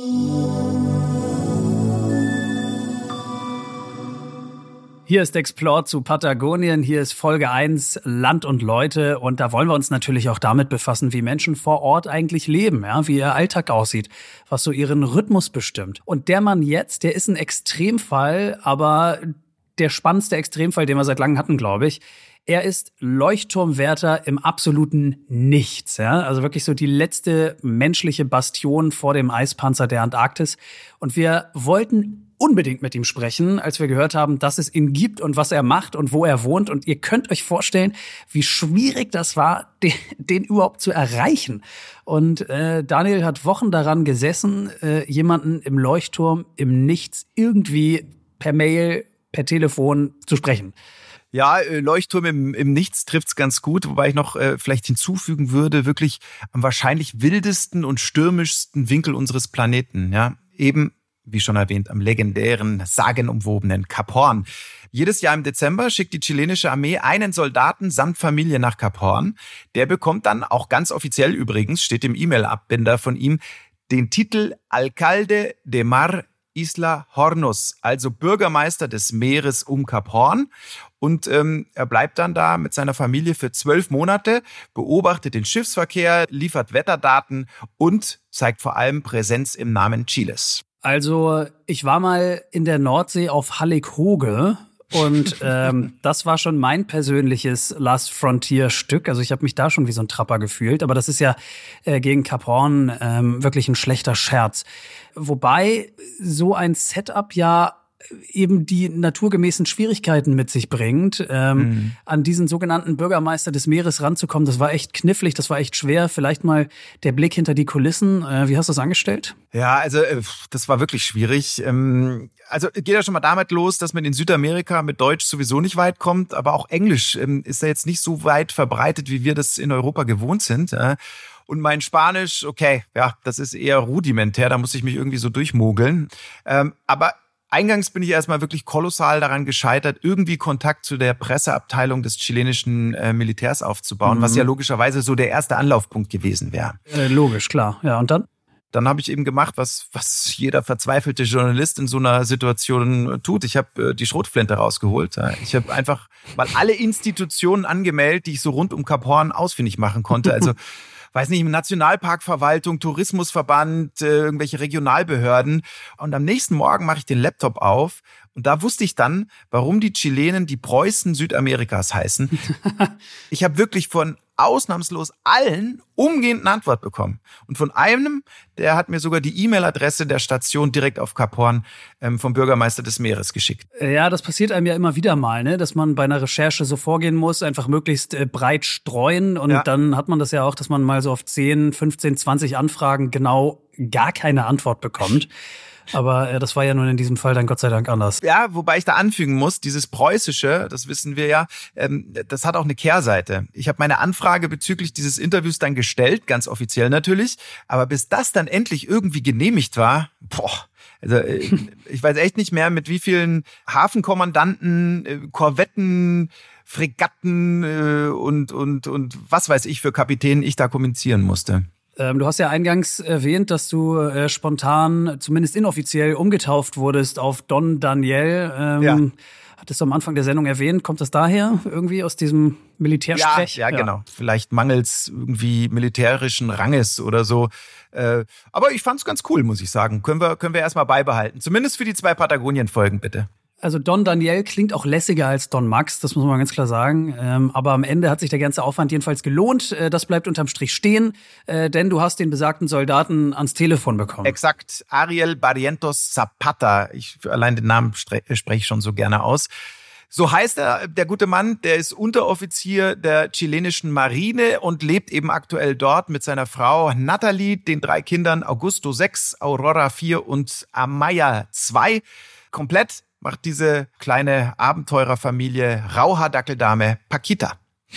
Hier ist Explore zu Patagonien, hier ist Folge eins, Land und Leute und da wollen wir uns natürlich auch damit befassen, wie Menschen vor Ort eigentlich leben, ja, wie ihr Alltag aussieht, was so ihren Rhythmus bestimmt. Und der Mann jetzt, der ist ein Extremfall, aber der spannendste Extremfall, den wir seit langem hatten, glaube ich. Er ist Leuchtturmwärter im absoluten Nichts, ja, also wirklich so die letzte menschliche Bastion vor dem Eispanzer der Antarktis. Und wir wollten unbedingt mit ihm sprechen, als wir gehört haben, dass es ihn gibt und was er macht und wo er wohnt. Und ihr könnt euch vorstellen, wie schwierig das war, den, den überhaupt zu erreichen. Und äh, Daniel hat Wochen daran gesessen, äh, jemanden im Leuchtturm, im Nichts irgendwie per Mail, per Telefon zu sprechen. Ja, Leuchtturm im, im Nichts trifft's ganz gut, wobei ich noch äh, vielleicht hinzufügen würde, wirklich am wahrscheinlich wildesten und stürmischsten Winkel unseres Planeten, ja, eben wie schon erwähnt, am legendären, sagenumwobenen Kap Hoorn. Jedes Jahr im Dezember schickt die chilenische Armee einen Soldaten samt Familie nach Kap Hoorn. Der bekommt dann, auch ganz offiziell übrigens, steht im E-Mail-Abbinder von ihm, den Titel Alcalde de Mar Isla Hornos, also Bürgermeister des Meeres um Kap Hoorn. Und ähm, er bleibt dann da mit seiner Familie für zwölf Monate, beobachtet den Schiffsverkehr, liefert Wetterdaten und zeigt vor allem Präsenz im Namen Chiles. Also ich war mal in der Nordsee auf Hallig-Hoge und ähm, das war schon mein persönliches Last Frontier-Stück. Also ich habe mich da schon wie so ein Trapper gefühlt, aber das ist ja äh, gegen Kap Hoorn ähm, wirklich ein schlechter Scherz. Wobei so ein Setup ja eben die naturgemäßen Schwierigkeiten mit sich bringt, ähm, mhm. an diesen sogenannten Bürgermeister des Meeres ranzukommen. Das war echt knifflig, das war echt schwer. Vielleicht mal der Blick hinter die Kulissen. Äh, wie hast du das angestellt? Ja, also das war wirklich schwierig. Ähm, also geht ja schon mal damit los, dass man in Südamerika mit Deutsch sowieso nicht weit kommt, aber auch Englisch ähm, ist ja jetzt nicht so weit verbreitet, wie wir das in Europa gewohnt sind. Äh. Und mein Spanisch, okay, ja, das ist eher rudimentär, da muss ich mich irgendwie so durchmogeln. Ähm, aber eingangs bin ich erstmal wirklich kolossal daran gescheitert, irgendwie Kontakt zu der Presseabteilung des chilenischen äh, Militärs aufzubauen, mhm. was ja logischerweise so der erste Anlaufpunkt gewesen wäre. Äh, logisch, klar. Ja, und dann? Dann habe ich eben gemacht, was was jeder verzweifelte Journalist in so einer Situation tut. Ich habe äh, die Schrotflinte rausgeholt. Ich habe einfach mal alle Institutionen angemeldet, die ich so rund um Kap Hoorn ausfindig machen konnte. Also weiß nicht, Nationalparkverwaltung, Tourismusverband, äh, irgendwelche Regionalbehörden. Und am nächsten Morgen mache ich den Laptop auf und da wusste ich dann, warum die Chilenen die Preußen Südamerikas heißen. Ich habe wirklich von ausnahmslos allen umgehend eine Antwort bekommen. Und von einem, der hat mir sogar die E-Mail-Adresse der Station direkt auf Kap Hoorn ähm, vom Bürgermeister des Meeres geschickt. Ja, das passiert einem ja immer wieder mal, ne, dass man bei einer Recherche so vorgehen muss, einfach möglichst äh, breit streuen. Und ja. dann hat man das ja auch, dass man mal so auf zehn, fünfzehn, zwanzig Anfragen genau gar keine Antwort bekommt. Aber äh, das war ja nun in diesem Fall dann Gott sei Dank anders. Ja, wobei ich da anfügen muss, dieses Preußische, das wissen wir ja, ähm, das hat auch eine Kehrseite. Ich habe meine Anfrage bezüglich dieses Interviews dann gestellt, ganz offiziell natürlich. Aber bis das dann endlich irgendwie genehmigt war, boah, also ich weiß echt nicht mehr, mit wie vielen Hafenkommandanten, Korvetten, Fregatten äh, und, und, und was weiß ich für Kapitänen ich da kommunizieren musste. Ähm, du hast ja eingangs erwähnt, dass du äh, spontan, zumindest inoffiziell, umgetauft wurdest auf Don Daniel. Ähm, ja. Hattest du am Anfang der Sendung erwähnt, kommt das daher irgendwie aus diesem Militärsprech? Ja, ja, ja, genau. Vielleicht mangels irgendwie militärischen Ranges oder so. Äh, aber ich fand's ganz cool, muss ich sagen. Können wir, können wir erstmal beibehalten. Zumindest für die zwei Patagonien-Folgen, bitte. Also Don Daniel klingt auch lässiger als Don Max, das muss man ganz klar sagen. Ähm, aber am Ende hat sich der ganze Aufwand jedenfalls gelohnt. Äh, das bleibt unterm Strich stehen, äh, denn du hast den besagten Soldaten ans Telefon bekommen. Exakt, Ariel Barrientos Zapata. Ich allein den Namen spreche ich schon so gerne aus. So heißt er, der gute Mann, der ist Unteroffizier der chilenischen Marine und lebt eben aktuell dort mit seiner Frau Natalie, den drei Kindern Augusto sechs, Aurora vier und Amaya zwei. Komplett macht diese kleine Abenteurerfamilie Rauhaar-Dackeldame Paquita.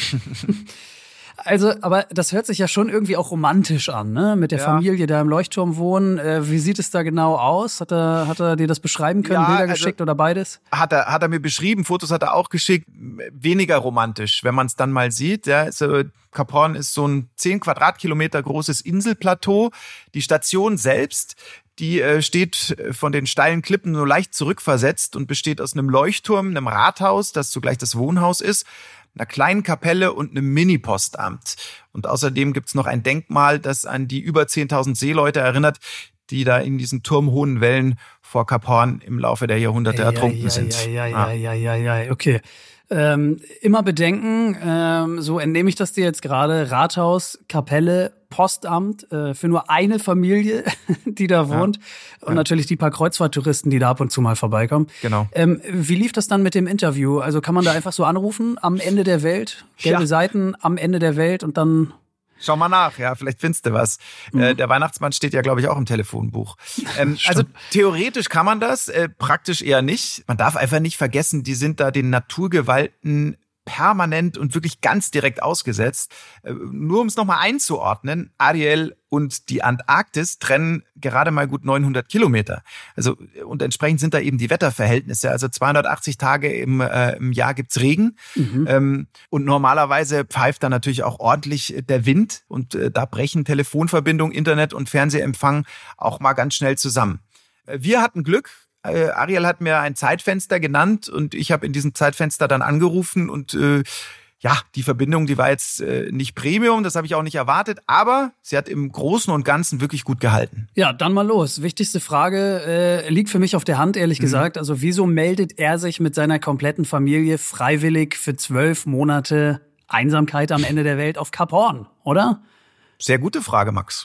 Also, aber das hört sich ja schon irgendwie auch romantisch an, ne? Mit der ja. Familie da im Leuchtturm wohnen. Äh, wie sieht es da genau aus? Hat er, hat er dir das beschreiben können? Ja, Bilder also geschickt oder beides? Hat er, hat er mir beschrieben. Fotos hat er auch geschickt. Weniger romantisch, wenn man es dann mal sieht. Ja, also Cap Horn ist so ein zehn Quadratkilometer großes Inselplateau. Die Station selbst, die äh, steht von den steilen Klippen nur leicht zurückversetzt und besteht aus einem Leuchtturm, einem Rathaus, das zugleich das Wohnhaus ist, einer kleinen Kapelle und einem Mini-Postamt. Und außerdem gibt's noch ein Denkmal, das an die über zehntausend Seeleute erinnert, die da in diesen turmhohen Wellen vor Cap Horn im Laufe der Jahrhunderte ja, ertrunken ja, sind. Ja, ja, ja, ja, ja, ja, okay. Ähm, immer bedenken, ähm, so entnehme ich das dir jetzt gerade, Rathaus, Kapelle, Postamt, äh, für nur eine Familie, die da wohnt. Ja. Und ja. natürlich die paar Kreuzfahrttouristen, die da ab und zu mal vorbeikommen. Genau. Ähm, wie lief das dann mit dem Interview? Also kann man da einfach so anrufen, am Ende der Welt, gelbe ja. Seiten, am Ende der Welt und dann... Schau mal nach, ja, vielleicht findest du was. Mhm. Äh, der Weihnachtsmann steht ja, glaube ich, auch im Telefonbuch. Ähm, also theoretisch kann man das, äh, praktisch eher nicht. Man darf einfach nicht vergessen, die sind da den Naturgewalten permanent und wirklich ganz direkt ausgesetzt. Äh, nur um es nochmal einzuordnen, Ariel und die Antarktis trennen gerade mal gut neunhundert Kilometer. Also, und entsprechend sind da eben die Wetterverhältnisse. Also zweihundertachtzig Tage im, äh, im Jahr gibt's Regen. Mhm. Ähm, und normalerweise pfeift da natürlich auch ordentlich der Wind. Und äh, da brechen Telefonverbindung, Internet und Fernsehempfang auch mal ganz schnell zusammen. Wir hatten Glück. Äh, Ariel hat mir ein Zeitfenster genannt und ich habe in diesem Zeitfenster dann angerufen und äh, ja, die Verbindung, die war jetzt äh, nicht Premium, das habe ich auch nicht erwartet, aber sie hat im Großen und Ganzen wirklich gut gehalten. Ja, dann mal los. Wichtigste Frage äh, liegt für mich auf der Hand, ehrlich mhm. gesagt. Also wieso meldet er sich mit seiner kompletten Familie freiwillig für zwölf Monate Einsamkeit am Ende der Welt auf Cap Horn, oder? Sehr gute Frage, Max.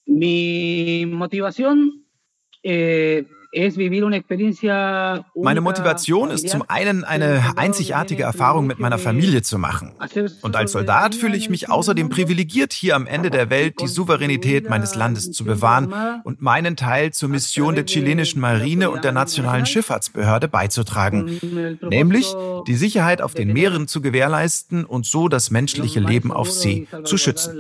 Mi motivación eh Meine Motivation ist zum einen, eine einzigartige Erfahrung mit meiner Familie zu machen. Und als Soldat fühle ich mich außerdem privilegiert, hier am Ende der Welt die Souveränität meines Landes zu bewahren und meinen Teil zur Mission der chilenischen Marine und der nationalen Schifffahrtsbehörde beizutragen, nämlich die Sicherheit auf den Meeren zu gewährleisten und so das menschliche Leben auf See zu schützen.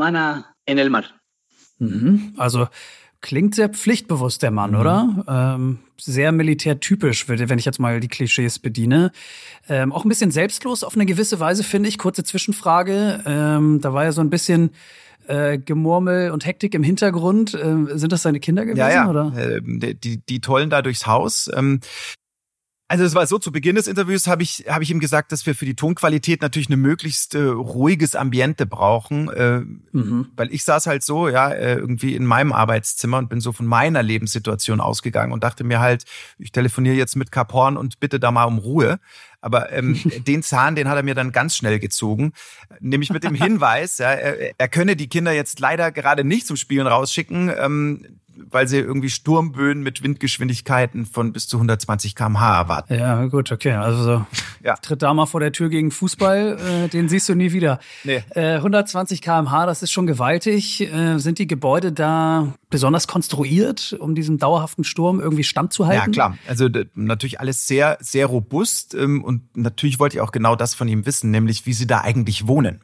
Mhm. Also klingt sehr pflichtbewusst, der Mann, mhm. oder? Ähm, sehr militärtypisch, wenn ich jetzt mal die Klischees bediene. Ähm, auch ein bisschen selbstlos auf eine gewisse Weise, finde ich. Kurze Zwischenfrage. Ähm, da war ja so ein bisschen äh, Gemurmel und Hektik im Hintergrund. Ähm, sind das seine Kinder gewesen? Ja, ja. Oder? Äh, die, die tollen da durchs Haus. Ähm Also es war so, zu Beginn des Interviews habe ich habe ich ihm gesagt, dass wir für die Tonqualität natürlich eine möglichst äh, ruhiges Ambiente brauchen, äh, mhm. weil ich saß halt so, ja, äh, irgendwie in meinem Arbeitszimmer und bin so von meiner Lebenssituation ausgegangen und dachte mir halt, ich telefoniere jetzt mit Cap Horn und bitte da mal um Ruhe. Aber ähm, den Zahn, den hat er mir dann ganz schnell gezogen, nämlich mit dem Hinweis, ja, er, er könne die Kinder jetzt leider gerade nicht zum Spielen rausschicken, ähm, weil sie irgendwie Sturmböen mit Windgeschwindigkeiten von bis zu hundertzwanzig Kilometer pro Stunde erwarten. Ja, gut, okay. Also ja. Tritt da mal vor der Tür gegen Fußball, äh, den siehst du nie wieder. Nee. Äh, hundertzwanzig Kilometer pro Stunde, das ist schon gewaltig. Äh, sind die Gebäude da besonders konstruiert, um diesem dauerhaften Sturm irgendwie standzuhalten? Ja, klar. Also d- natürlich alles sehr, sehr robust. Ähm, und natürlich wollte ich auch genau das von ihm wissen, nämlich wie sie da eigentlich wohnen.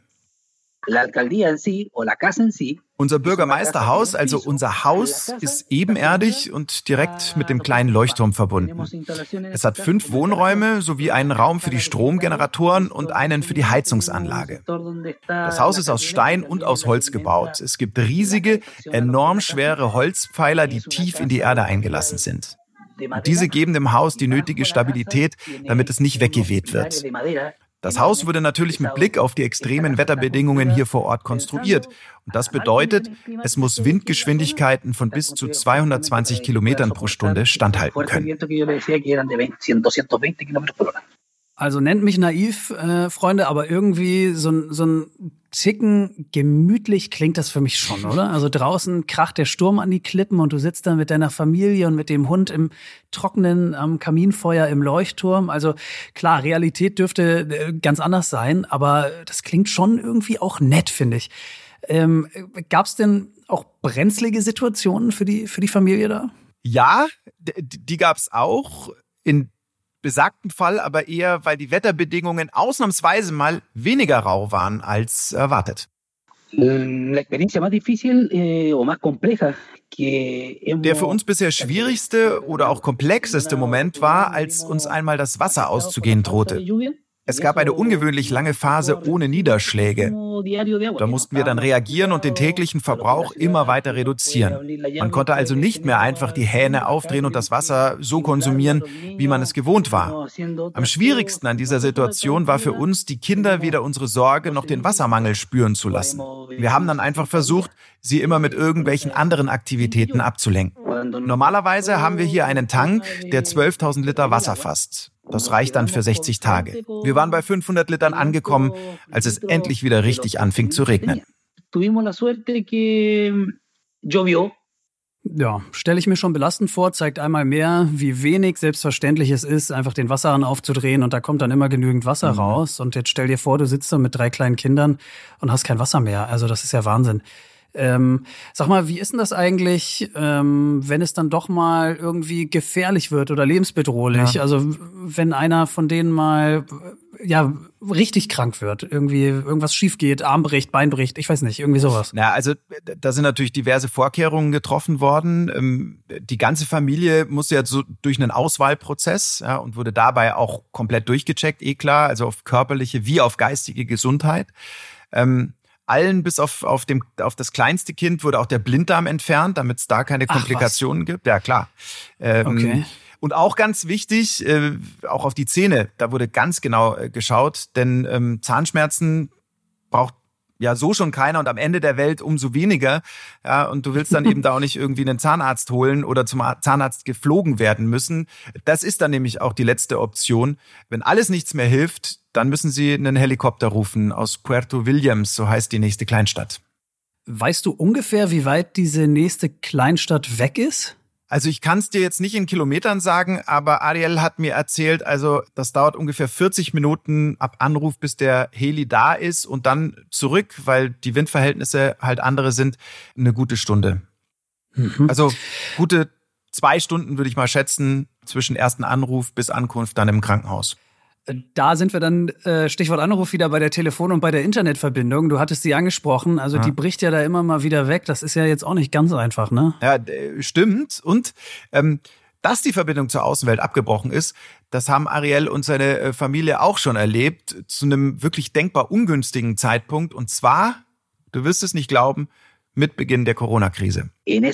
Unser Bürgermeisterhaus, also unser Haus, ist ebenerdig und direkt mit dem kleinen Leuchtturm verbunden. Es hat fünf Wohnräume sowie einen Raum für die Stromgeneratoren und einen für die Heizungsanlage. Das Haus ist aus Stein und aus Holz gebaut. Es gibt riesige, enorm schwere Holzpfeiler, die tief in die Erde eingelassen sind. Und diese geben dem Haus die nötige Stabilität, damit es nicht weggeweht wird. Das Haus wurde natürlich mit Blick auf die extremen Wetterbedingungen hier vor Ort konstruiert. Und das bedeutet, es muss Windgeschwindigkeiten von bis zu zweihundertzwanzig Kilometern pro Stunde standhalten können. Also nennt mich naiv, äh, Freunde, aber irgendwie so ein, so ein Ticken gemütlich klingt das für mich schon, oder? Also draußen kracht der Sturm an die Klippen und du sitzt da mit deiner Familie und mit dem Hund im Trockenen am Kaminfeuer im Leuchtturm. Also klar, Realität dürfte äh, ganz anders sein, aber das klingt schon irgendwie auch nett, finde ich. Ähm, gab's denn auch brenzlige Situationen für die, für die Familie da? Ja, d- die gab's auch. In besagten Fall aber eher, weil die Wetterbedingungen ausnahmsweise mal weniger rau waren als erwartet. Der für uns bisher schwierigste oder auch komplexeste Moment war, als uns einmal das Wasser auszugehen drohte. Es gab eine ungewöhnlich lange Phase ohne Niederschläge. Da mussten wir dann reagieren und den täglichen Verbrauch immer weiter reduzieren. Man konnte also nicht mehr einfach die Hähne aufdrehen und das Wasser so konsumieren, wie man es gewohnt war. Am schwierigsten an dieser Situation war für uns, die Kinder weder unsere Sorge noch den Wassermangel spüren zu lassen. Wir haben dann einfach versucht, sie immer mit irgendwelchen anderen Aktivitäten abzulenken. Normalerweise haben wir hier einen Tank, der zwölftausend Liter Wasser fasst. Das reicht dann für sechzig Tage. Wir waren bei fünfhundert Litern angekommen, als es endlich wieder richtig anfing zu regnen. Ja, stelle ich mir schon belastend vor, zeigt einmal mehr, wie wenig selbstverständlich es ist, einfach den Wasserhahn aufzudrehen und da kommt dann immer genügend Wasser mhm. raus. Und jetzt stell dir vor, du sitzt da mit drei kleinen Kindern und hast kein Wasser mehr. Also das ist ja Wahnsinn. Ähm, sag mal, wie ist denn das eigentlich, ähm, wenn es dann doch mal irgendwie gefährlich wird oder lebensbedrohlich? Ja. Also wenn einer von denen mal ja richtig krank wird, irgendwie irgendwas schief geht, Arm bricht, Bein bricht, ich weiß nicht, irgendwie sowas. Na, also da sind natürlich diverse Vorkehrungen getroffen worden. Ähm, die ganze Familie musste ja so durch einen Auswahlprozess, ja, und wurde dabei auch komplett durchgecheckt, eh klar, also auf körperliche wie auf geistige Gesundheit. Ähm, Allen bis auf, auf, dem, auf das kleinste Kind wurde auch der Blinddarm entfernt, damit es da keine Komplikationen gibt. Ja, klar. Ähm, okay. Und auch ganz wichtig, äh, auch auf die Zähne, da wurde ganz genau äh, geschaut, denn ähm, Zahnschmerzen braucht ja so schon keiner und am Ende der Welt umso weniger. Ja, und du willst dann eben da auch nicht irgendwie einen Zahnarzt holen oder zum Zahnarzt geflogen werden müssen. Das ist dann nämlich auch die letzte Option. Wenn alles nichts mehr hilft, dann müssen sie einen Helikopter rufen aus Puerto Williams, so heißt die nächste Kleinstadt. Weißt du ungefähr, wie weit diese nächste Kleinstadt weg ist? Also ich kann es dir jetzt nicht in Kilometern sagen, aber Ariel hat mir erzählt, also das dauert ungefähr vierzig Minuten ab Anruf, bis der Heli da ist und dann zurück, weil die Windverhältnisse halt andere sind, eine gute Stunde. Mhm. Also gute zwei Stunden würde ich mal schätzen, zwischen ersten Anruf bis Ankunft dann im Krankenhaus. Da sind wir dann, äh, Stichwort Anruf, wieder bei der Telefon- und bei der Internetverbindung. Du hattest sie angesprochen, also ja. Die bricht ja da immer mal wieder weg. Das ist ja jetzt auch nicht ganz einfach, ne? Ja, stimmt. Und ähm, dass die Verbindung zur Außenwelt abgebrochen ist, das haben Ariel und seine Familie auch schon erlebt, zu einem wirklich denkbar ungünstigen Zeitpunkt. Und zwar, du wirst es nicht glauben, mit Beginn der Corona-Krise.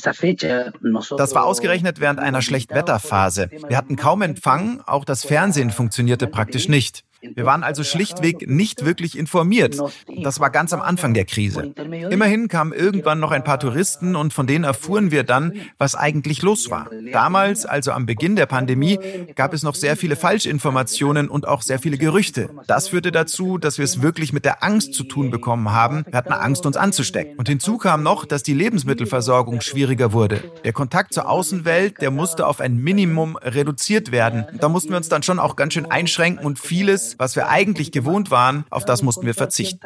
Das war ausgerechnet während einer Schlechtwetterphase. Wir hatten kaum Empfang, auch das Fernsehen funktionierte praktisch nicht. Wir waren also schlichtweg nicht wirklich informiert. Das war ganz am Anfang der Krise. Immerhin kamen irgendwann noch ein paar Touristen und von denen erfuhren wir dann, was eigentlich los war. Damals, also am Beginn der Pandemie, gab es noch sehr viele Falschinformationen und auch sehr viele Gerüchte. Das führte dazu, dass wir es wirklich mit der Angst zu tun bekommen haben. Wir hatten Angst, uns anzustecken. Und hinzu kam noch, dass die Lebensmittelversorgung schwieriger wurde. Der Kontakt zur Außenwelt, der musste auf ein Minimum reduziert werden. Da mussten wir uns dann schon auch ganz schön einschränken und vieles, was wir eigentlich gewohnt waren, auf das mussten wir verzichten.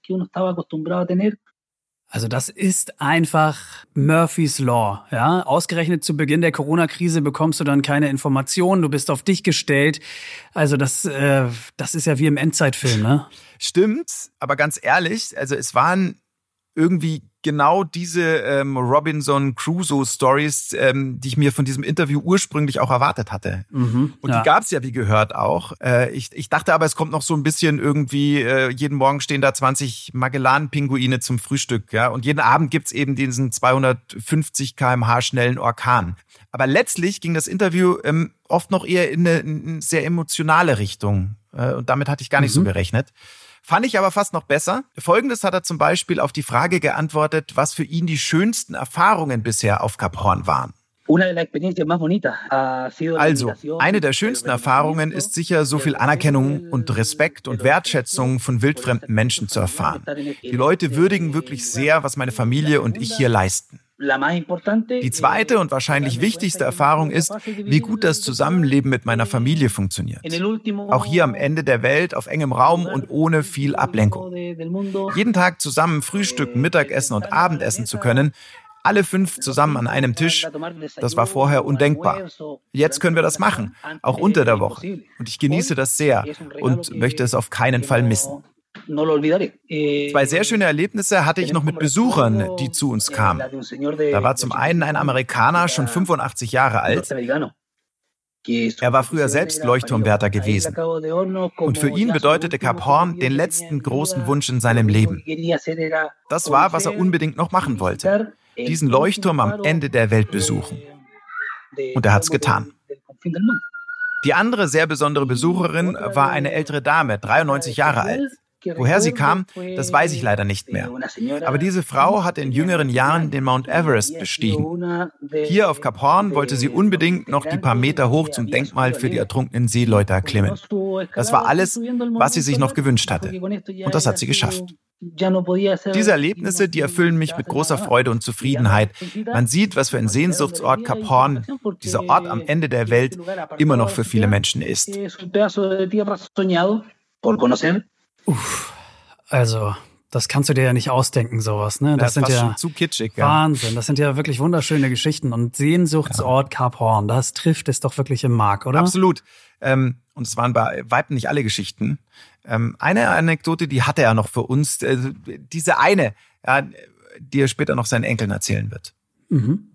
Also das ist einfach Murphy's Law, ja? Ausgerechnet zu Beginn der Corona-Krise bekommst du dann keine Informationen, du bist auf dich gestellt. Also das, äh, das ist ja wie im Endzeitfilm, ne? Stimmt, aber ganz ehrlich, also es waren irgendwie genau diese ähm, Robinson Crusoe-Stories, ähm, die ich mir von diesem Interview ursprünglich auch erwartet hatte. Mhm, und ja. die gab es ja, wie gehört, auch. Äh, ich, ich dachte aber, es kommt noch so ein bisschen irgendwie, äh, jeden Morgen stehen da zwanzig Magellan-Pinguine zum Frühstück. Ja? Und jeden Abend gibt's eben diesen zweihundertfünfzig Kilometer pro Stunde schnellen Orkan. Aber letztlich ging das Interview ähm, oft noch eher in eine, in eine sehr emotionale Richtung. Äh, und damit hatte ich gar nicht mhm. so gerechnet. Fand ich aber fast noch besser. Folgendes hat er zum Beispiel auf die Frage geantwortet, was für ihn die schönsten Erfahrungen bisher auf Kap Hoorn waren. Also, eine der schönsten Erfahrungen ist sicher, so viel Anerkennung und Respekt und Wertschätzung von wildfremden Menschen zu erfahren. Die Leute würdigen wirklich sehr, was meine Familie und ich hier leisten. Die zweite und wahrscheinlich wichtigste Erfahrung ist, wie gut das Zusammenleben mit meiner Familie funktioniert. Auch hier am Ende der Welt, auf engem Raum und ohne viel Ablenkung. Jeden Tag zusammen frühstücken, Mittagessen und Abendessen zu können, alle fünf zusammen an einem Tisch, das war vorher undenkbar. Jetzt können wir das machen, auch unter der Woche. Und ich genieße das sehr und möchte es auf keinen Fall missen. Zwei sehr schöne Erlebnisse hatte ich noch mit Besuchern, die zu uns kamen. Da war zum einen ein Amerikaner, schon fünfundachtzig Jahre alt. Er war früher selbst Leuchtturmwärter gewesen. Und für ihn bedeutete Kap Hoorn den letzten großen Wunsch in seinem Leben. Das war, was er unbedingt noch machen wollte. Diesen Leuchtturm am Ende der Welt besuchen. Und er hat's getan. Die andere sehr besondere Besucherin war eine ältere Dame, dreiundneunzig Jahre alt. Woher sie kam, das weiß ich leider nicht mehr. Aber diese Frau hatte in jüngeren Jahren den Mount Everest bestiegen. Hier auf Kap Hoorn wollte sie unbedingt noch die paar Meter hoch zum Denkmal für die ertrunkenen Seeleute erklimmen. Das war alles, was sie sich noch gewünscht hatte. Und das hat sie geschafft. Diese Erlebnisse, die erfüllen mich mit großer Freude und Zufriedenheit. Man sieht, was für ein Sehnsuchtsort Kap Hoorn, dieser Ort am Ende der Welt, immer noch für viele Menschen ist. Uff, also, das kannst du dir ja nicht ausdenken, sowas, ne? Das, das sind ja schon zu kitschig, ja. Wahnsinn. Das sind ja wirklich wunderschöne Geschichten und Sehnsuchtsort ja. Kap Hoorn, das trifft es doch wirklich im Mark, oder? Absolut. Ähm, und es waren bei weitem nicht alle Geschichten. Ähm, eine Anekdote, die hatte er noch für uns, äh, diese eine, ja, die er später noch seinen Enkeln erzählen wird. Mhm.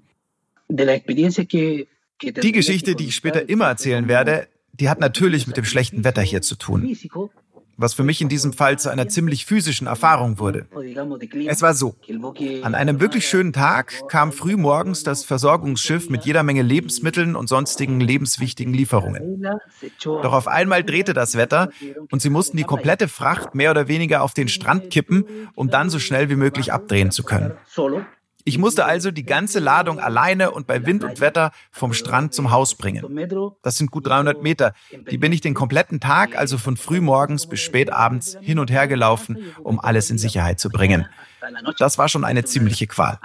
Die Geschichte, die ich später immer erzählen werde, die hat natürlich mit dem schlechten Wetter hier zu tun. Was für mich in diesem Fall zu einer ziemlich physischen Erfahrung wurde. Es war so, an einem wirklich schönen Tag kam früh morgens das Versorgungsschiff mit jeder Menge Lebensmitteln und sonstigen lebenswichtigen Lieferungen. Doch auf einmal drehte das Wetter und sie mussten die komplette Fracht mehr oder weniger auf den Strand kippen, um dann so schnell wie möglich abdrehen zu können. Ich musste also die ganze Ladung alleine und bei Wind und Wetter vom Strand zum Haus bringen. Das sind gut dreihundert Meter. Die bin ich den kompletten Tag, also von frühmorgens bis spät abends, hin und her gelaufen, um alles in Sicherheit zu bringen. Das war schon eine ziemliche Qual.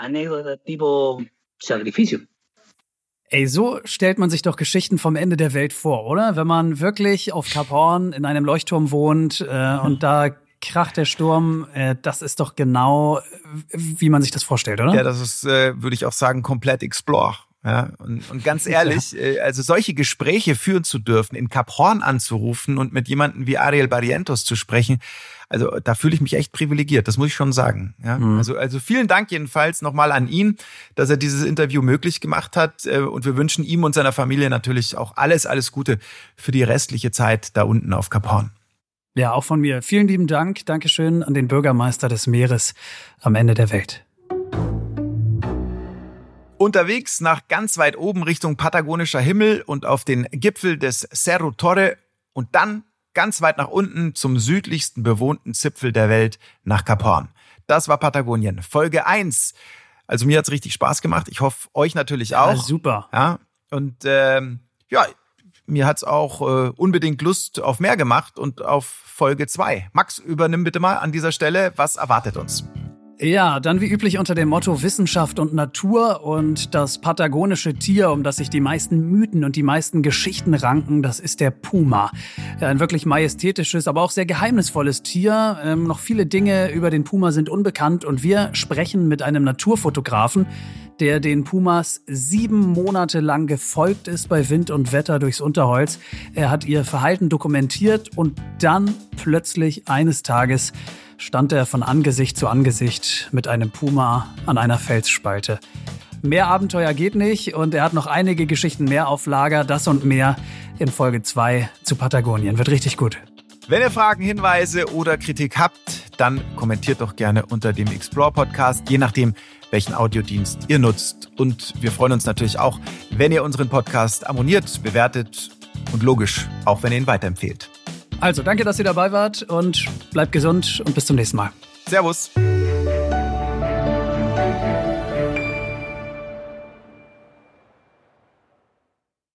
Ey, so stellt man sich doch Geschichten vom Ende der Welt vor, oder? Wenn man wirklich auf Kap Hoorn in einem Leuchtturm wohnt äh, und da kracht der Sturm, äh, das ist doch genau, wie man sich das vorstellt, oder? Ja, das ist, äh, würde ich auch sagen, komplett Explore. Ja, und, und ganz ehrlich, äh, also solche Gespräche führen zu dürfen, in Kap Hoorn anzurufen und mit jemandem wie Ariel Barrientos zu sprechen, also da fühle ich mich echt privilegiert, das muss ich schon sagen. Ja? Mhm. Also, also vielen Dank jedenfalls nochmal an ihn, dass er dieses Interview möglich gemacht hat, äh, und wir wünschen ihm und seiner Familie natürlich auch alles, alles Gute für die restliche Zeit da unten auf Kap Hoorn. Ja, auch von mir. Vielen lieben Dank. Dankeschön an den Bürgermeister des Meeres am Ende der Welt. Unterwegs nach ganz weit oben Richtung patagonischer Himmel und auf den Gipfel des Cerro Torre und dann ganz weit nach unten zum südlichsten bewohnten Zipfel der Welt nach Kap Hoorn. Das war Patagonien, Folge eins. Also mir hat's richtig Spaß gemacht. Ich hoffe, euch natürlich auch. Ja, super. Ja, und ähm, ja, mir hat's auch äh, unbedingt Lust auf mehr gemacht und auf Folge zwei. Max, übernimm bitte mal an dieser Stelle. Was erwartet uns? Ja, dann wie üblich unter dem Motto Wissenschaft und Natur und das patagonische Tier, um das sich die meisten Mythen und die meisten Geschichten ranken, das ist der Puma. Ja, ein wirklich majestätisches, aber auch sehr geheimnisvolles Tier. Ähm, noch viele Dinge über den Puma sind unbekannt und wir sprechen mit einem Naturfotografen, der den Pumas sieben Monate lang gefolgt ist bei Wind und Wetter durchs Unterholz. Er hat ihr Verhalten dokumentiert und dann plötzlich eines Tages stand er von Angesicht zu Angesicht mit einem Puma an einer Felsspalte. Mehr Abenteuer geht nicht und er hat noch einige Geschichten mehr auf Lager. Das und mehr in Folge zwei zu Patagonien. Wird richtig gut. Wenn ihr Fragen, Hinweise oder Kritik habt, dann kommentiert doch gerne unter dem Explore-Podcast, je nachdem, welchen Audiodienst ihr nutzt. Und wir freuen uns natürlich auch, wenn ihr unseren Podcast abonniert, bewertet und logisch, auch wenn ihr ihn weiterempfehlt. Also, danke, dass ihr dabei wart und bleibt gesund und bis zum nächsten Mal. Servus.